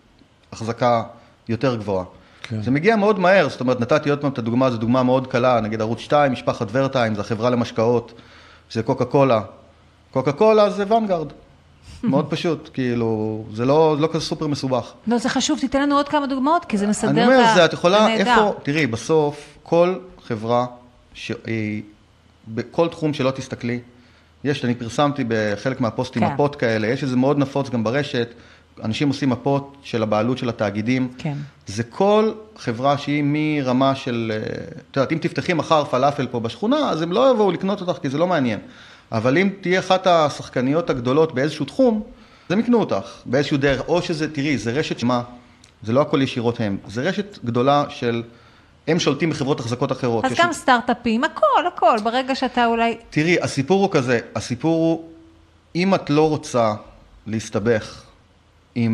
החזקה יותר גבוהה. כן. זה מגיע מאוד מהר, זאת אומרת, נתתי עוד פעם את הדוגמה, זו דוגמה מאוד קלה, נגיד ערוץ שתיים, משפחת ורטיים, זה החברה למשקאות, זה קוקה קולה. קוקה קולה זה ונגארד. מאוד פשוט, כאילו, זה לא, זה לא כזה סופר מסובך. לא, זה חשוב, תיתן לנו עוד כמה דוגמאות, כי זה מסדר את הנהדר. אני אומר, זה, את יכולה, איפה, תראי, בסוף, כל חברה שהיא, בכל תחום שלא תסתכלי, יש, אני פרסמתי בחלק מהפוסטים כן. מפות כאלה, יש איזה מאוד נפוץ גם ברשת, אנשים עושים מפות של הבעלות של התאגידים. כן. זה כל חברה שהיא מרמה של, את יודעת, אם תפתחי מחר פלאפל פה בשכונה, אז הם לא יבואו לקנות אותך, כי זה לא מעניין. אבל אם תהיה אחת השחקניות הגדולות באיזשהו תחום, זה יקנו אותך, באיזשהו דרך, או שזה, תראי, זה רשת שמה, זה לא הכל ישירות הם, זה רשת גדולה של, הם שולטים בחברות החזקות אחרות. אז גם סטארט-אפים, הכל, הכל, ברגע שאתה אולי... תראי, הסיפור הוא כזה, הסיפור הוא, אם את לא רוצה להסתבך עם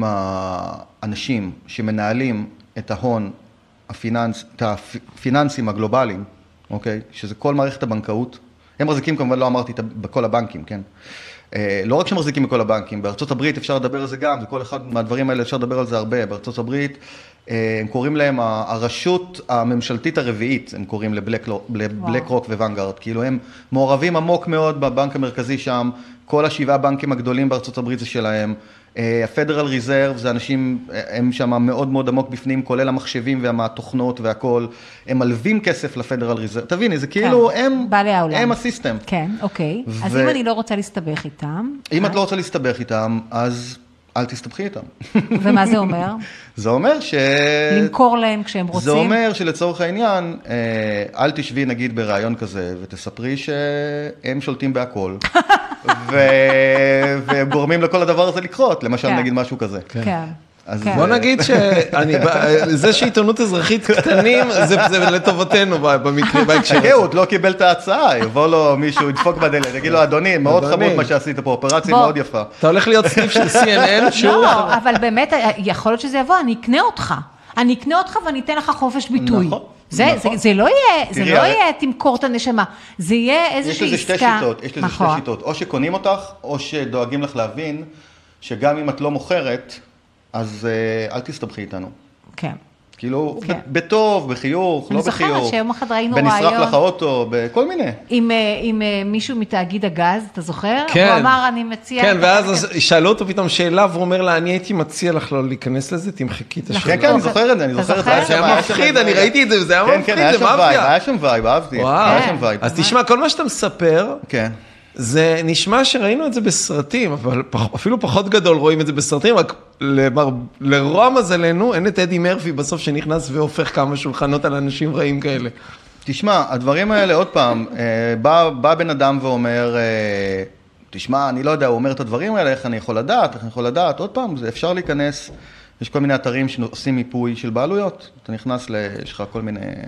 האנשים שמנהלים את ההון, הפיננס, את הפיננסים הגלובליים, אוקיי? שזה כל מערכת הבנקאות, הם מחזיקים, כמובן לא אמרתי, בכל הבנקים, כן? לא רק שמחזיקים בכל הבנקים, בארצות הברית אפשר לדבר על זה גם, וכל אחד מהדברים האלה אפשר לדבר על זה הרבה. בארצות הברית, הם קוראים להם הרשות הממשלתית הרביעית, הם קוראים לבלק רוק וונגארד, כאילו הם מעורבים עמוק מאוד בבנק המרכזי שם, כל השבעה בנקים הגדולים בארצות הברית זה שלהם, הפדרל ריזרב זה אנשים, הם שם מאוד מאוד עמוק בפנים, כולל המחשבים והתוכנות והכל, הם מלווים כסף לפדרל ריזרב, תביני, זה כאילו הם, הם הסיסטם. כן, אוקיי. אז אם אני לא רוצה להסתבך איתם? אם את לא רוצה להסתבך איתם, אז אל תסתבכי איתם. ומה זה אומר? זה אומר ש... למכור להם כשהם רוצים? זה אומר שלצורך העניין, אל תשבי נגיד ברעיון כזה, ותספרי שהם שולטים בהכל. וגורמים לכל הדבר הזה לקרות, למשל נגיד משהו כזה. כן. בוא נגיד שזה שעיתונות אזרחית קטנים, זה לטובתנו במקרה, בהקשר הזה. הוא עוד לא קיבל את ההצעה, יבוא לו מישהו, ידפוק בדלת, יגיד לו, אדוני, מאוד חמוד מה שעשית פה, אופרציה מאוד יפה. אתה הולך להיות סניף של סי אן אן שהוא... לא, אבל באמת, יכול להיות שזה יבוא, אני אקנה אותך. אני אקנה אותך ואני אתן לך חופש ביטוי. נכון. זה לא יהיה תמכור את הנשמה, זה יהיה איזושהי עסקה. יש לזה שתי שיטות, או שקונים אותך, או שדואגים לך להבין, שגם אם את לא מוכרת, אז אל תסתבכי איתנו. כן. כאילו, בטוב, בחיוך, לא בחיוך. אני זוכרת שיום אחד ראינו רעיון. בנשרח לך אוטו, בכל מיני. עם מישהו מתאגיד הגז, אתה זוכר? כן. הוא אמר, אני מציע... כן, ואז שאלו אותו פתאום שאלה, והוא אומר לה, אני הייתי מציע לך לא להיכנס לזה, תמחקי את השאלה. כן, כן, אני זוכר את זה, אני זוכר את זה. זה היה מפחיד, אני ראיתי את זה, זה היה מפחיד, זה מאפיה. היה שם וייב, אהבתי. היה שם וייב. אז תשמע, כל מה שאתה מספר, כן. זה נשמע שראינו את זה בסרטים, אבל אפילו פחות גדול רואים את זה בסרטים, רק לרוע מזלנו, אין את אדי מרפי בסוף שנכנס והופך כמה שולחנות על אנשים רעים כאלה. תשמע, הדברים האלה, עוד פעם, בא, בא בן אדם ואומר, תשמע, אני לא יודע, הוא אומר את הדברים האלה, איך אני יכול לדעת, איך אני יכול לדעת, עוד פעם, זה אפשר להיכנס, יש כל מיני אתרים שעושים מיפוי של בעלויות, אתה נכנס, יש לך כל מיני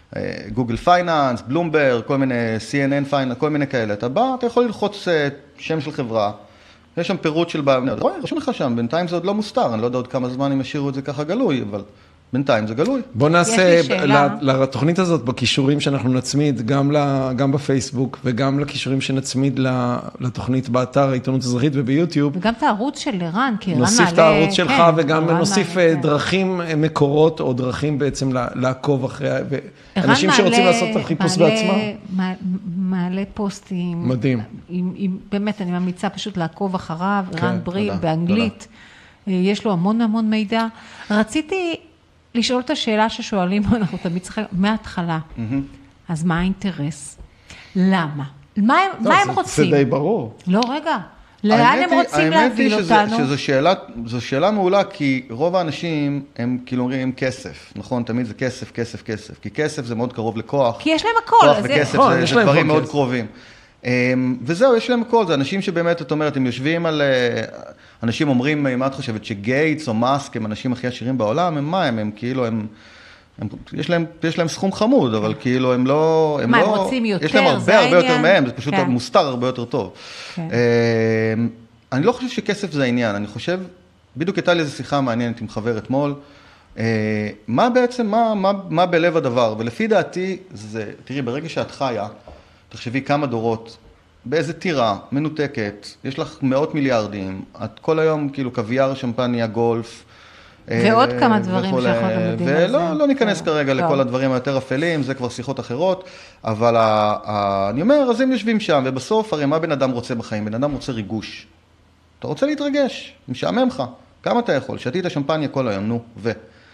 גוגל פייננס, בלומברג, כל מיני סי אן אן פייננס, כל מיני כאלה. אתה בא, אתה יכול ללחוץ שם של חברה, יש שם פירוט של בעיה, רואי, רשום לך שם, בינתיים זה עוד לא מוסתר, אני לא יודע עוד כמה זמן הם השאירו את זה ככה גלוי, אבל בינתיים זה גלוי. בוא נעשה לתוכנית הזאת בקישורים שאנחנו נצמיד, גם בפייסבוק וגם לקישורים שנצמיד לתוכנית באתר העיתונות האזרחית וביוטיוב. וגם את הערוץ של ערן, כי ערן מעלה... נוסיף את הערוץ שלך וגם נוסיף דרכים מקורות או דרכים בעצם לעקוב אחרי... אנשים שרוצים לעשות את החיפוש בעצמם. מעלה פוסטים. מדהים. באמת, אני ממליצה פשוט לעקוב אחריו, ערן בריל באנגלית. יש לו המון המון מידע. רציתי לשאול את השאלה ששואלים, אנחנו תמיד צריכים, מההתחלה. אז מה האינטרס? למה? מה הם רוצים? זה די ברור. לא, רגע. לאן הם רוצים להביא אותנו? האמת היא שזו שאלה מעולה, כי רוב האנשים הם כאילו אומרים כסף, נכון? תמיד זה כסף, כסף, כסף. כי כסף זה מאוד קרוב לכוח. כי יש להם הכל. כוח וכסף זה דברים מאוד קרובים. וזהו, יש להם הכל. זה אנשים שבאמת, את אומרת, הם יושבים על... אנשים אומרים, מה את חושבת, שגייטס או מאסק הם אנשים הכי עשירים בעולם? הם מה הם? הם כאילו, הם... יש להם, יש להם סכום חמוד, אבל כאילו הם לא... מה, הם רוצים יותר? יש להם הרבה הרבה יותר מהם, זה פשוט מוסתר הרבה יותר טוב. אני לא חושב שכסף זה העניין, אני חושב, בדיוק הייתה לי איזו שיחה מעניינת עם חבר אתמול, מה בעצם, מה, מה, מה בלב הדבר? ולפי דעתי, זה, תראי, ברגע שאת חיה, תחשבי כמה דורות, באיזה טירה, מנותקת, יש לך מאות מיליארדים, את כל היום כאילו קוויאר, שמפניה, גולף, ועוד כמה דברים שאנחנו למדים על זה. ולא לא ניכנס כרגע לכל הדברים היותר אפלים, זה כבר שיחות אחרות, אבל אני אומר, אז הם יושבים שם, ובסוף, הרי מה בן אדם רוצה בחיים? בן אדם רוצה ריגוש. אתה רוצה להתרגש, משעמם לך. כמה אתה יכול? שתית שמפניה כל היום, נו, ו.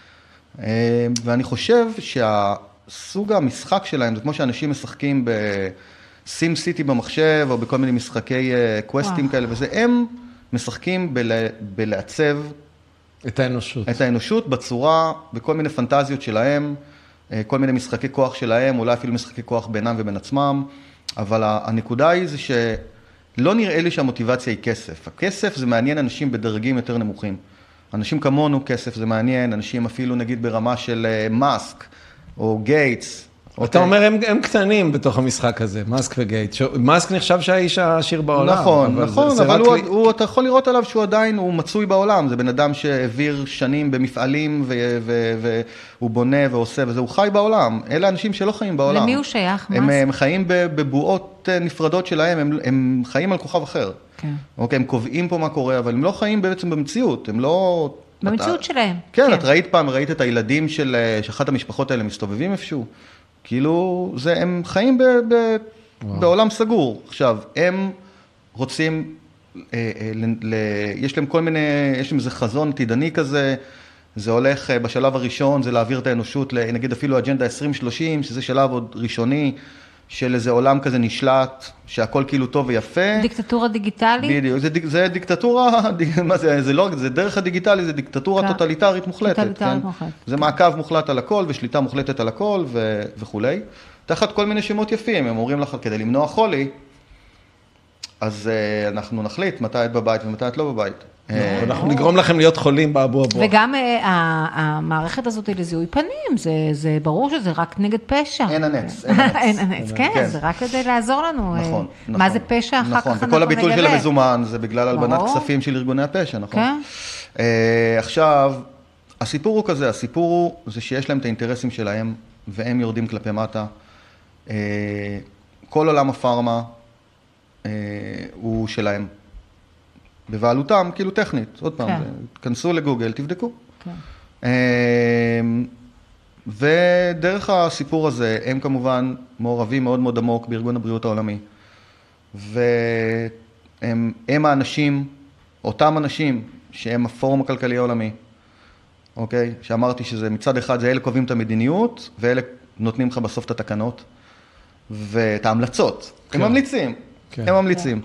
ואני חושב שהסוג המשחק שלהם, זה כמו שאנשים משחקים בסים סיטי במחשב, או בכל מיני משחקי קווסטים כאלה, וזה, הם משחקים בלעצב את האנושות. את האנושות בצורה, בכל מיני פנטזיות שלהם, כל מיני משחקי כוח שלהם, אולי אפילו משחקי כוח בינם ובין עצמם, אבל הנקודה היא זה שלא נראה לי שהמוטיבציה היא כסף. הכסף זה מעניין אנשים בדרגים יותר נמוכים. אנשים כמונו כסף זה מעניין, אנשים אפילו נגיד ברמה של מאסק או גייטס. אתה אומר, הם, הם קטנים בתוך המשחק הזה, מאסק וגייט. מאסק נחשב שהאיש העשיר בעולם. נכון, אבל נכון, זה, אבל זה הוא, לי... הוא, אתה יכול לראות עליו שהוא עדיין, הוא מצוי בעולם. זה בן אדם שהעביר שנים במפעלים, והוא בונה ועושה, וזה, הוא חי בעולם. אלה אנשים שלא חיים בעולם. למי הוא שייך, מאסק? הם, הם חיים בבועות נפרדות שלהם, הם, הם חיים על כוכב אחר. כן. אוקיי, הם קובעים פה מה קורה, אבל הם לא חיים בעצם במציאות, הם לא... במציאות אתה... שלהם. כן, כן, את ראית פעם, ראית את הילדים של אחת המשפחות האלה מסתובבים איפשהו. כאילו, זה, הם חיים ב, ב, בעולם סגור. עכשיו, הם רוצים, אה, אה, ל, ל, יש להם כל מיני, יש להם איזה חזון עתידני כזה, זה הולך אה, בשלב הראשון, זה להעביר את האנושות, נגיד אפילו אג'נדה עשרים שלושים, שזה שלב עוד ראשוני, של איזה עולם כזה נשלט, שהכל כאילו טוב ויפה. דיקטטורה דיגיטלית? בדיוק, זה, זה דיקטטורה, מה זה, זה לא, זה דרך הדיגיטלי, זה דיקטטורה טוטליטרית מוחלטת. טוטליטרית כן? מוחלטת. זה מעקב מוחלט על הכל, ושליטה מוחלטת על הכל, ו, וכולי. תחת כל מיני שמות יפים, הם אומרים לך, כדי למנוע חולי, אז uh, אנחנו נחליט מתי את בבית ומתי את לא בבית. אנחנו נגרום לכם להיות חולים באבו אבו. וגם המערכת הזאת לזיהוי פנים, זה ברור שזה רק נגד פשע. אין הנץ. אין הנץ, כן, זה רק כדי לעזור לנו. נכון, נכון. מה זה פשע אחר כך אנחנו נגלה. וכל הביטול של המזומן זה בגלל הלבנת כספים של ארגוני הפשע, נכון? כן. עכשיו, הסיפור הוא כזה, הסיפור הוא זה שיש להם את האינטרסים שלהם, והם יורדים כלפי מטה. כל עולם הפארמה הוא שלהם. בבעלותם, כאילו טכנית, עוד פעם, כנסו לגוגל, תבדקו. ודרך הסיפור הזה, הם כמובן מעורבים מאוד מאוד עמוק בארגון הבריאות העולמי. והם האנשים, אותם אנשים, שהם הפורום הכלכלי העולמי, אוקיי? שאמרתי שזה מצד אחד, זה אלה קובעים את המדיניות, ואלה נותנים לך בסוף את התקנות, ואת ההמלצות. הם ממליצים, הם ממליצים.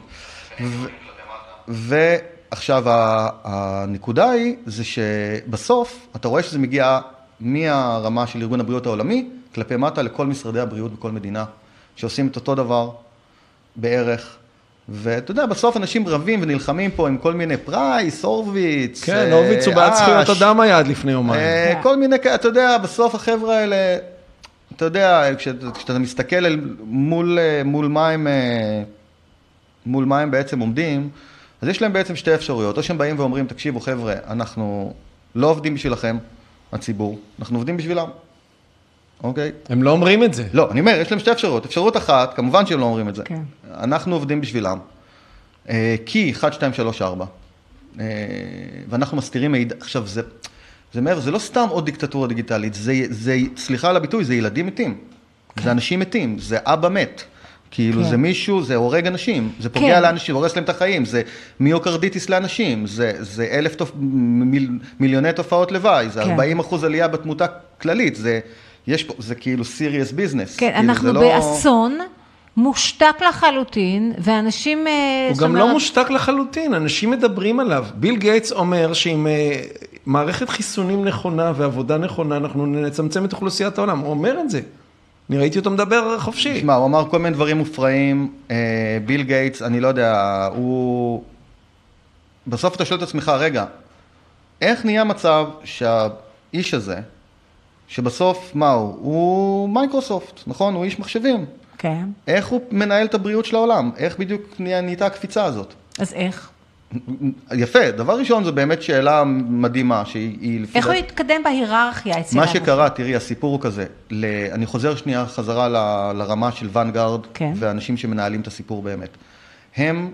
ועכשיו הנקודה היא, זה שבסוף אתה רואה שזה מגיע מהרמה של ארגון הבריאות העולמי, כלפי מטה לכל משרדי הבריאות בכל מדינה, שעושים את אותו דבר בערך. ואתה יודע, בסוף אנשים רבים ונלחמים פה עם כל מיני פרייס, הורוביץ, כן, הורוביץ הוא בעד זכויות אדם היה עד לפני יומיים. כל מיני, אתה יודע, בסוף החבר'ה האלה, אתה יודע, כשאתה, כשאתה מסתכל אל, מול, מול מה הם, מול מה הם בעצם עומדים, אז יש להם בעצם שתי אפשרויות. או שהם באים ואומרים, תקשיבו חבר'ה, אנחנו לא עובדים בשבילכם, הציבור, אנחנו עובדים בשבילם. אוקיי? הם לא אומרים את זה. לא, אני אומר, יש להם שתי אפשרויות. אפשרות אחת, כמובן שהם לא אומרים את זה. כן. אנחנו עובדים בשבילם. כי אחת, שתיים, שלוש, ארבע. ואנחנו מסתירים מידע. עכשיו, זה, זה אומר, זה לא סתם עוד דיקטטורה דיגיטלית, זה, זה, סליחה על הביטוי, זה ילדים מתים. כן. זה אנשים מתים, זה אבא מת. כאילו כן. זה מישהו, זה הורג אנשים, זה פוגע כן. לאנשים, הורס להם את החיים, זה מיוקרדיטיס לאנשים, זה, זה אלף תופ... מיל... מיליוני תופעות לוואי, זה כן. ארבעים אחוז עלייה בתמותה כללית, זה, יש פה, זה כאילו serious business. כן, כאילו אנחנו לא... באסון מושתק לחלוטין, ואנשים... הוא גם אומרת... לא מושתק לחלוטין, אנשים מדברים עליו. ביל גייטס אומר שעם מערכת חיסונים נכונה ועבודה נכונה, אנחנו נצמצם את אוכלוסיית העולם, הוא אומר את זה. אני ראיתי אותו מדבר חופשי. תשמע, הוא אמר כל מיני דברים מופרעים, ביל גייטס, אני לא יודע, הוא... בסוף אתה שואל את עצמך, רגע, איך נהיה מצב שהאיש הזה, שבסוף, מה הוא? הוא מייקרוסופט, נכון? הוא איש מחשבים. כן. איך הוא מנהל את הבריאות של העולם? איך בדיוק נהייתה הקפיצה הזאת? אז איך? יפה, דבר ראשון זו באמת שאלה מדהימה, שהיא... איך הוא יתקדם בהיררכיה אצל... מה שקרה, תראי, הסיפור הוא כזה, אני חוזר שנייה חזרה ל, לרמה של ונגארד, כן. ואנשים שמנהלים את הסיפור באמת. הם,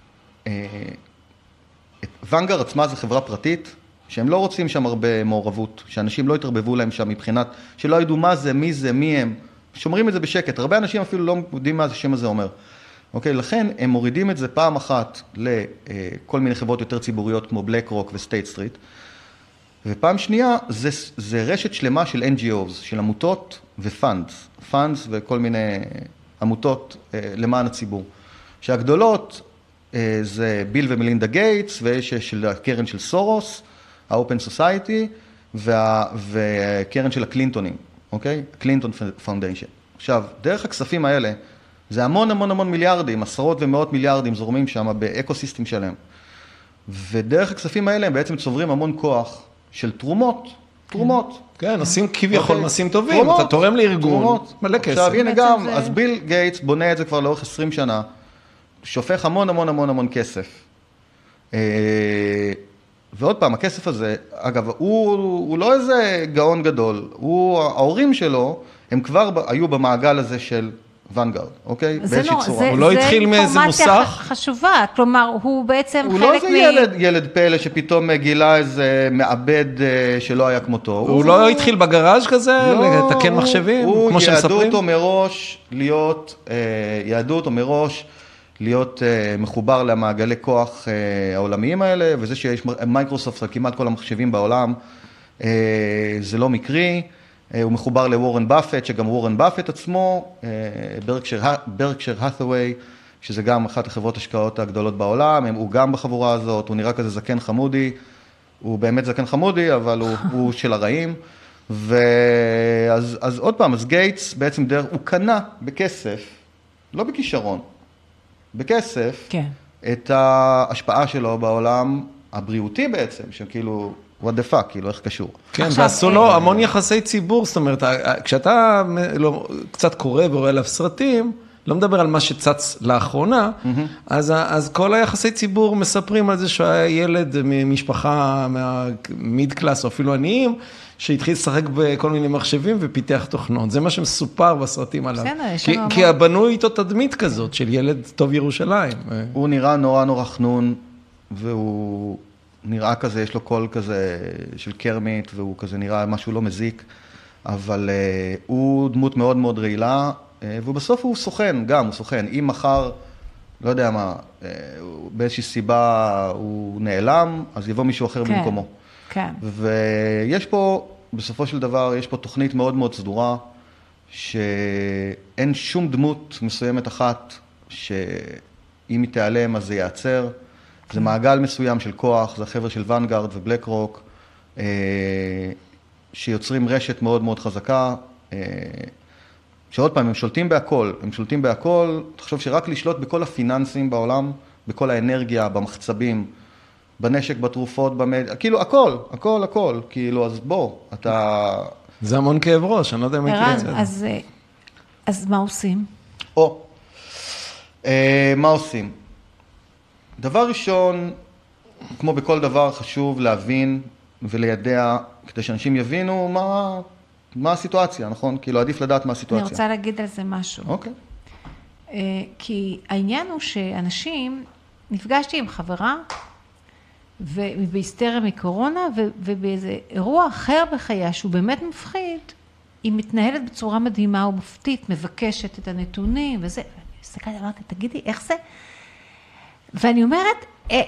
ונגארד עצמה זו חברה פרטית, שהם לא רוצים שם הרבה מעורבות, שאנשים לא יתרבבו להם שם מבחינת, שלא ידעו מה זה, מי זה, מי הם, שומרים את זה בשקט, הרבה אנשים אפילו לא יודעים מה זה שם הזה אומר. אוקיי, לכן הם מורידים את זה פעם אחת לכל מיני חברות יותר ציבוריות כמו בלק רוק וסטייט סטריט, ופעם שנייה זה, זה רשת שלמה של אן ג'י או'ס, של עמותות ופאנדס, פאנדס וכל מיני עמותות למען הציבור. שהגדולות זה ביל ומלינדה גייטס, ויש של הקרן של סורוס, האופן סוסייטי, וקרן של הקלינטונים, אוקיי? קלינטון פאונדיישן. עכשיו, דרך הכספים האלה, זה המון המון המון מיליארדים, עשרות ומאות מיליארדים זורמים שם באקוסיסטם שלהם. ודרך הכספים האלה הם בעצם צוברים המון כוח של תרומות, תרומות. כן, עושים כביכול מעשים טובים, אתה תורם לארגון, מלא כסף. עכשיו, הנה גם, אז ביל גייטס בונה את זה כבר לאורך עשרים שנה, שופך המון המון המון המון כסף. ועוד פעם, הכסף הזה, אגב, הוא, הוא לא איזה גאון גדול, הוא, ההורים שלו, הם כבר היו במעגל הזה של ונגארד, אוקיי? באיזושהי צורה. הוא לא התחיל מאיזה מוסך? זה אינפורמציה חשובה, כלומר, הוא בעצם הוא חלק מ... הוא לא איזה ילד, ילד פלא שפתאום גילה איזה מעבד שלא היה כמותו. הוא, הוא לא התחיל בגראז' כזה, לא, לתקן מחשבים, הוא, כמו שמספרים? הוא יעדו אותו מראש להיות, יעדו אותו מראש להיות מחובר למעגלי כוח העולמיים האלה, וזה שיש מייקרוסופט על כמעט כל המחשבים בעולם, זה לא מקרי. הוא מחובר לוורן באפט, שגם וורן באפט עצמו, ברקשר האת'ווי, שזה גם אחת החברות השקעות הגדולות בעולם, הוא גם בחבורה הזאת, הוא נראה כזה זקן חמודי, הוא באמת זקן חמודי, אבל הוא, הוא של הרעים. ואז אז עוד פעם, אז גייטס בעצם דרך, הוא קנה בכסף, לא בכישרון, בכסף, כן. את ההשפעה שלו בעולם הבריאותי בעצם, שכאילו... what the fuck, כאילו, איך קשור. כן, ועשו לו המון יחסי ציבור, זאת אומרת, כשאתה קצת קורא ורואה עליו סרטים, לא מדבר על מה שצץ לאחרונה, אז, אז כל היחסי ציבור מספרים על זה שהיה ילד ממשפחה מהמיד קלאס, או אפילו עניים, שהתחיל לשחק בכל מיני מחשבים ופיתח תוכנות. זה מה שמסופר בסרטים עליו. כי, כי הבנו איתו תדמית כזאת של ילד טוב ירושלים. הוא נראה נורא נורא חנון, והוא... נראה כזה, יש לו קול כזה של קרמית, והוא כזה נראה משהו לא מזיק, אבל uh, הוא דמות מאוד מאוד רעילה, uh, ובסוף הוא סוכן, גם הוא סוכן. אם מחר, לא יודע מה, uh, באיזושהי סיבה הוא נעלם, אז יבוא מישהו אחר כן, במקומו. כן. ויש פה, בסופו של דבר, יש פה תוכנית מאוד מאוד סדורה, שאין שום דמות מסוימת אחת, שאם היא תיעלם אז זה ייעצר, זה מעגל מסוים של כוח, זה החבר'ה של ונגארד ובלק רוק, שיוצרים רשת מאוד מאוד חזקה, שעוד פעם, הם שולטים בהכל, הם שולטים בהכל, תחשוב שרק לשלוט בכל הפיננסים בעולם, בכל האנרגיה, במחצבים, בנשק, בתרופות, במד... כאילו הכל, הכל, הכל, כאילו, אז בוא, אתה... זה המון כאב ראש, אני לא יודע אם מכיר את זה. ערן, אז, אז מה עושים? או, אה, מה עושים? דבר ראשון, כמו בכל דבר, חשוב להבין ולידע, כדי שאנשים יבינו מה, מה הסיטואציה, נכון? כאילו, עדיף לדעת מה הסיטואציה. אני רוצה להגיד על זה משהו. אוקיי. כי העניין הוא שאנשים, נפגשתי עם חברה, ובהיסטריה מקורונה, ובאיזה אירוע אחר בחייה, שהוא באמת מפחיד, היא מתנהלת בצורה מדהימה ומופתית, מבקשת את הנתונים וזה. ואני הסתכלתי, אמרתי, תגידי, איך זה? ואני אומרת,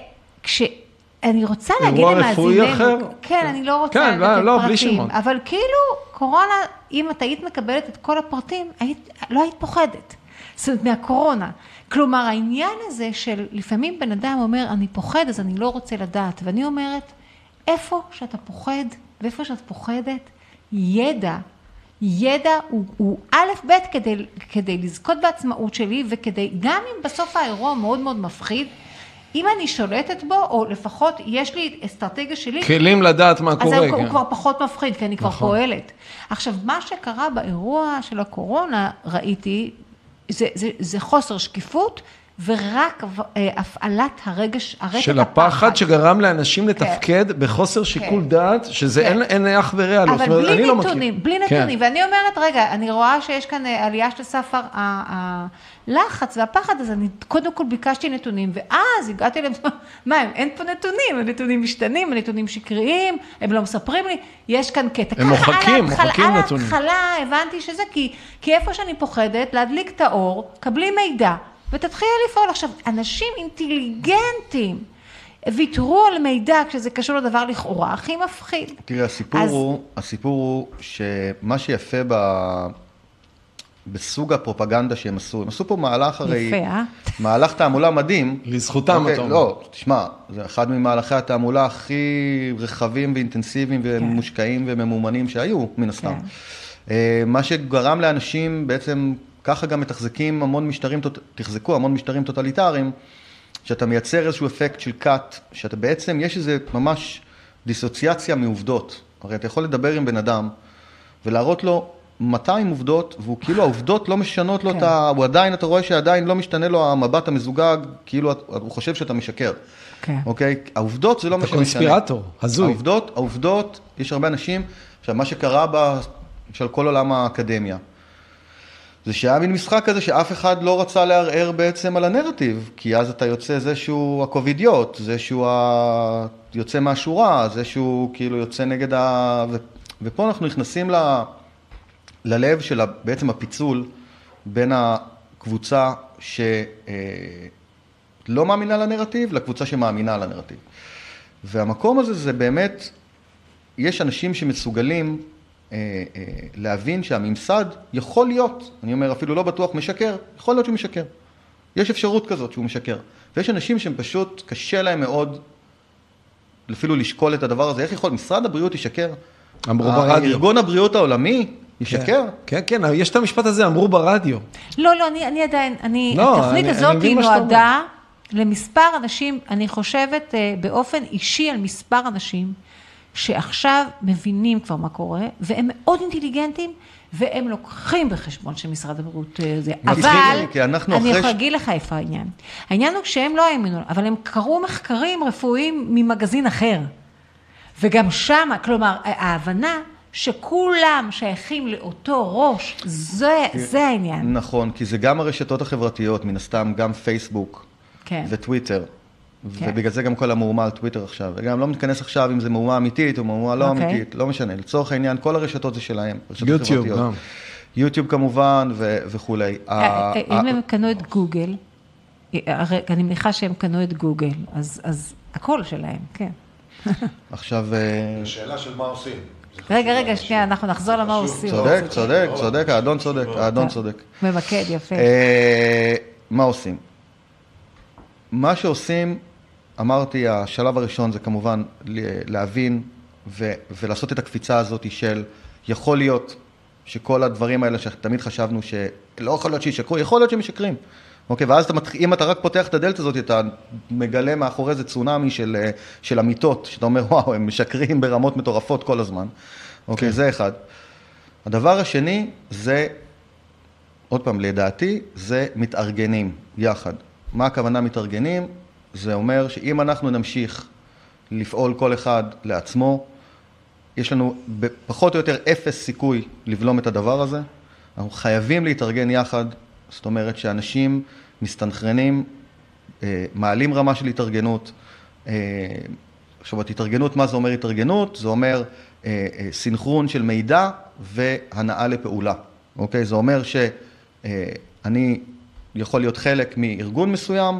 כשאני רוצה להגיד למאזיננו, כן, אני לא רוצה לתת פרטים, אבל כאילו, קורונה, אם את היית מקבלת את כל הפרטים, לא היית פוחדת. זאת אומרת, מהקורונה. כלומר, העניין הזה של לפעמים בן אדם אומר, אני פוחד, אז אני לא רוצה לדעת. ואני אומרת, איפה שאתה פוחד, ואיפה שאת פוחדת, ידע, ידע הוא, הוא א' ב' כדי, כדי לזכות בעצמאות שלי, וכדי, גם אם בסוף האירוע מאוד מאוד מפחיד, אם אני שולטת בו, או לפחות יש לי אסטרטגיה שלי, כלים לדעת מה קורה. אז הוא, הוא כבר פחות מפחיד, כי אני כבר פועלת. עכשיו, מה שקרה באירוע של הקורונה, ראיתי, זה, זה, זה חוסר שקיפות, ורק הפעלת הרגש, הרטט של הפחד שגרם לאנשים לתפקד כן. בחוסר שיקול כן. דעת, שזה כן. אין, אין איך ורע. אבל אומרת, בלי נתונים, לא בלי נתונים. כן. ואני אומרת, רגע, אני רואה שיש כאן עלייה של ספר הלחץ והפחד, אז אני קודם כל ביקשתי נתונים, ואז הגעתי להם, מה, אין פה נתונים, הנתונים משתנים, הנתונים שקריים, הם לא מספרים לי, יש כאן קטע. הם מוחקים, מוחקים נתונים. על ההתחלה הבנתי שזה, כי, כי איפה שאני פוחדת, להדליק את האור, קבלי מידע, ותתחיל לפעול. עכשיו, אנשים אינטליגנטים ויתרו על מידע כשזה קשור לדבר לכאורה, הכי מפחיד. תראי, הסיפור, אז... הוא, הסיפור הוא שמה שיפה ב... בסוג הפרופגנדה שהם עשו, הם עשו פה מהלך הרי... יפה, אה? מהלך תעמולה מדהים. לזכותם אוקיי, אותו. לא, תשמע, זה אחד ממהלכי התעמולה הכי רחבים ואינטנסיביים כן. ומושקעים וממומנים שהיו, מן הסתם. כן. מה שגרם לאנשים בעצם... ככה גם מתחזקים המון משטרים, תחזקו המון משטרים טוטליטריים, שאתה מייצר איזשהו אפקט של קאט, שאתה בעצם, יש איזה ממש דיסוציאציה מעובדות. הרי אתה יכול לדבר עם בן אדם, ולהראות לו מאתיים עובדות, והוא כאילו העובדות לא משנות לו את ה... הוא עדיין, אתה רואה שעדיין לא משתנה לו המבט המזוגג, כאילו הוא חושב שאתה משקר. כן. אוקיי? העובדות זה לא מה שמשנה. אתה קונספירטור, הזוי. העובדות, העובדות, יש הרבה אנשים, עכשיו מה שקרה בה, של כל עולם האקדמיה, זה שהיה מין משחק כזה שאף אחד לא רצה לערער בעצם על הנרטיב, כי אז אתה יוצא זה שהוא הקובידיוט, זה שהוא ה... יוצא מהשורה, זה שהוא כאילו יוצא נגד ה... ו... ופה אנחנו נכנסים ל... ללב של בעצם הפיצול בין הקבוצה שלא מאמינה לנרטיב, לקבוצה שמאמינה לנרטיב. והמקום הזה זה באמת, יש אנשים שמסוגלים להבין שהממסד יכול להיות, אני אומר אפילו לא בטוח משקר, יכול להיות שהוא משקר. יש אפשרות כזאת שהוא משקר. ויש אנשים שהם פשוט קשה להם מאוד אפילו לשקול את הדבר הזה. איך יכול? משרד הבריאות ישקר? אמרו ברדיו. ארגון הבריאות העולמי ישקר? כן, כן, יש את המשפט הזה, אמרו ברדיו. לא, לא, אני עדיין, התוכנית הזאת היא נועדה למספר אנשים, אני חושבת באופן אישי על מספר אנשים, שעכשיו מבינים כבר מה קורה, והם מאוד אינטליגנטים, והם לוקחים בחשבון של משרד הבריאות זה. אבל אני יכולה להגיד לך איפה העניין. העניין הוא שהם לא האמינו, אבל הם קראו מחקרים רפואיים ממגזין אחר. וגם שם, כלומר, ההבנה שכולם שייכים לאותו ראש, זה, זה העניין. נכון, כי זה גם הרשתות החברתיות, מן הסתם גם פייסבוק וטוויטר. ובגלל זה גם כל המהומה על טוויטר עכשיו, וגם לא מתכנס עכשיו אם זה מהומה אמיתית או מהומה לא אמיתית, לא משנה, לצורך העניין, כל הרשתות זה שלהם, יוטיוב גם. יוטיוב כמובן וכו'. אם הם קנו את גוגל, אני מניחה שהם קנו את גוגל, אז הכל שלהם, כן. עכשיו... השאלה של מה עושים. רגע, רגע, שנייה, אנחנו נחזור למה עושים. צודק, צודק, צודק, האדון צודק, האדון צודק. ממקד, יפה. מה עושים? מה שעושים, אמרתי, השלב הראשון זה כמובן להבין ו- ולעשות את הקפיצה הזאת של יכול להיות שכל הדברים האלה שתמיד חשבנו שלא יכול להיות שישקרו, יכול להיות שהם משקרים. אוקיי, ואז אתה מתח... אם אתה רק פותח את הדלת הזאת, אתה מגלה מאחורי זה צונאמי של, של אמיתות, שאתה אומר, וואו, הם משקרים ברמות מטורפות כל הזמן. אוקיי, כן. זה אחד. הדבר השני זה, עוד פעם, לדעתי, זה מתארגנים יחד. מה הכוונה מתארגנים? זה אומר שאם אנחנו נמשיך לפעול כל אחד לעצמו, יש לנו פחות או יותר אפס סיכוי לבלום את הדבר הזה. אנחנו חייבים להתארגן יחד, זאת אומרת שאנשים מסתנכרנים, מעלים רמה של התארגנות. עכשיו, התארגנות, מה זה אומר התארגנות? זה אומר סינכרון של מידע והנאה לפעולה. אוקיי? זה אומר שאני יכול להיות חלק מארגון מסוים,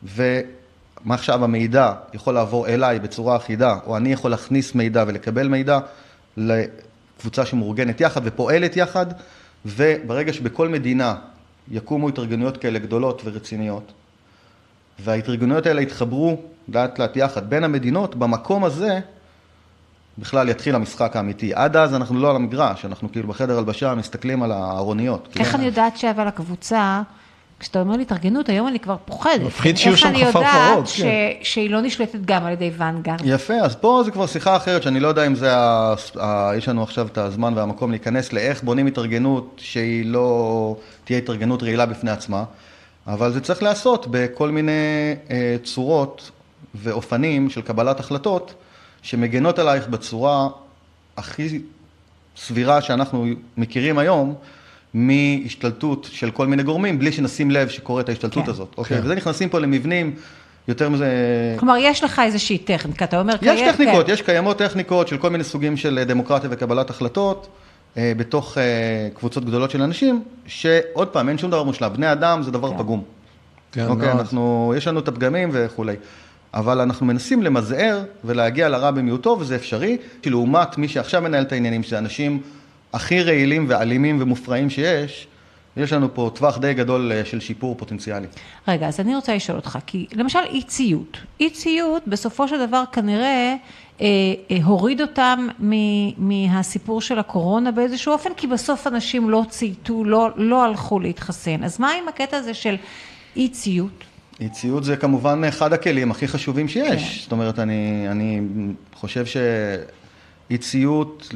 ומה עכשיו המידע יכול לעבור אליי בצורה אחידה, או אני יכול להכניס מידע ולקבל מידע לקבוצה שמאורגנת יחד ופועלת יחד, וברגע שבכל מדינה יקומו התארגנויות כאלה גדולות ורציניות, וההתארגנויות האלה יתחברו לאט לאט יחד בין המדינות, במקום הזה בכלל יתחיל המשחק האמיתי. עד אז אנחנו לא על המגרש, אנחנו כאילו בחדר הלבשה מסתכלים על הארוניות. איך אני יודעת שאבל הקבוצה, כשאתה אומר לי התארגנות, היום אני כבר פוחדת. מפחיד שיהיו שם חפרפרות. איך אני יודעת שהיא לא נשלטת גם על ידי ונגארד? יפה, אז פה זה כבר שיחה אחרת, שאני לא יודע אם זה, יש לנו עכשיו את הזמן והמקום להיכנס לאיך בונים התארגנות שהיא לא תהיה התארגנות רעילה בפני עצמה, אבל זה צריך לעשות בכל מיני צורות ואופנים של קבלת החלטות, שמגנות עלייך בצורה הכי סבירה שאנחנו מכירים היום, מהשתלטות של כל מיני גורמים, בלי שנשים לב שקורית ההשתלטות כן. הזאת. אוקיי? וזה נכנסים פה למבנים יותר מזה... כלומר, יש לך איזושהי טכניקה, אתה אומר... יש טכניקות, כן. יש קיימות טכניקות של כל מיני סוגים של דמוקרטיה וקבלת החלטות, אה, בתוך אה, קבוצות גדולות של אנשים, שעוד פעם, אין שום דבר מושלם. בני אדם זה דבר כן. פגום. כן, אוקיי, מאוד. אנחנו, יש לנו את הפגמים וכולי. אבל אנחנו מנסים למזער ולהגיע לרע במיעוטו, וזה אפשרי, שלעומת מי שעכשיו מנהל את העניינים, שזה אנשים הכי רעילים ואלימים ומופרעים שיש, יש לנו פה טווח די גדול של שיפור פוטנציאלי. רגע, אז אני רוצה לשאול אותך, כי למשל אי ציות. אי ציות בסופו של דבר כנראה אה, אה, הוריד אותם מ- מהסיפור של הקורונה באיזשהו אופן, כי בסוף אנשים לא צייתו, לא, לא הלכו להתחסן. אז מה עם הקטע הזה של אי ציות? אי ציות זה כמובן אחד הכלים הכי חשובים שיש. כן. זאת אומרת, אני, אני חושב שאי ציות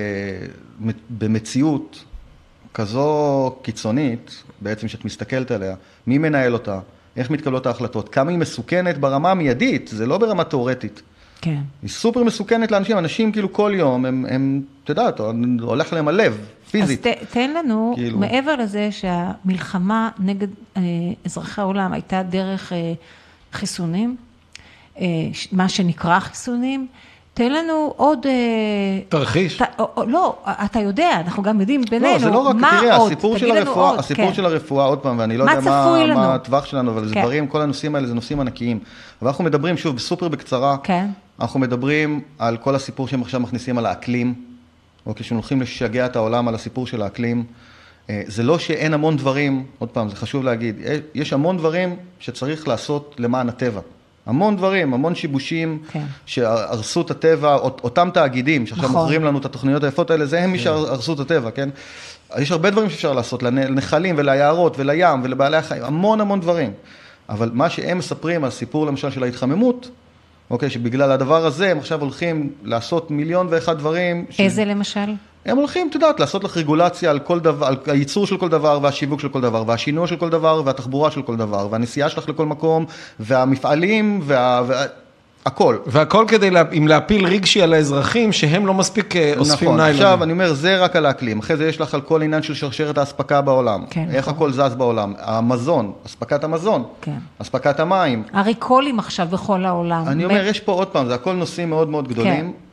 במציאות כזו קיצונית, בעצם שאת מסתכלת עליה, מי מנהל אותה, איך מתקבלות ההחלטות, כמה היא מסוכנת ברמה המיידית, זה לא ברמה תיאורטית. כן. היא סופר מסוכנת לאנשים, אנשים כאילו כל יום, הם, הם אתה יודע, הולך להם הלב, פיזית. אז ת, תן לנו, כאילו... מעבר לזה שהמלחמה נגד אה, אזרחי העולם הייתה דרך אה, חיסונים, אה, מה שנקרא חיסונים, תן לנו עוד... תרחיש. ת, או, או, לא, אתה יודע, אנחנו גם יודעים בינינו, לא, זה לא רק, מה תראה, עוד? הסיפור של הרפואה, עוד, הסיפור כן. של הרפואה, עוד פעם, ואני לא מה יודע מה, מה הטווח שלנו, אבל כן. זה דברים, כל הנושאים האלה זה נושאים ענקיים. אבל אנחנו מדברים, שוב, בסופר בקצרה, כן. אנחנו מדברים על כל הסיפור שהם עכשיו מכניסים על האקלים, או כשהם הולכים לשגע את העולם על הסיפור של האקלים. זה לא שאין המון דברים, עוד פעם, זה חשוב להגיד, יש המון דברים שצריך לעשות למען הטבע. המון דברים, המון שיבושים כן. שהרסו את הטבע, אותם תאגידים שעכשיו נכון. מוכרים לנו את התוכניות היפות האלה, זה הם מי שהרסו את הטבע, כן? יש הרבה דברים שאפשר לעשות, לנחלים וליערות ולים ולבעלי החיים, המון המון דברים. אבל מה שהם מספרים על סיפור למשל של ההתחממות, אוקיי, שבגלל הדבר הזה הם עכשיו הולכים לעשות מיליון ואחד דברים. איזה ש... למשל? הם הולכים, אתה יודעת, לעשות לך רגולציה על כל דבר, על הייצור של כל דבר, והשיווק של כל דבר, והשינוע של כל דבר, והתחבורה של כל דבר, והנסיעה שלך לכל מקום, והמפעלים, וה... וה... הכל. והכל כדי לה... אם להפיל רגשי על האזרחים, שהם לא מספיק אוספים נכון. ניילונים. עכשיו, אני אומר, זה רק על האקלים. אחרי זה יש לך על כל עניין של שרשרת ההספקה בעולם. כן, איך נכון. הכל זז בעולם. המזון, הספקת המזון, כן. הספקת המים. הריקולים עכשיו בכל העולם. אני אומר, ב... יש פה עוד פעם, זה הכל נושאים מאוד מאוד גדולים. כן.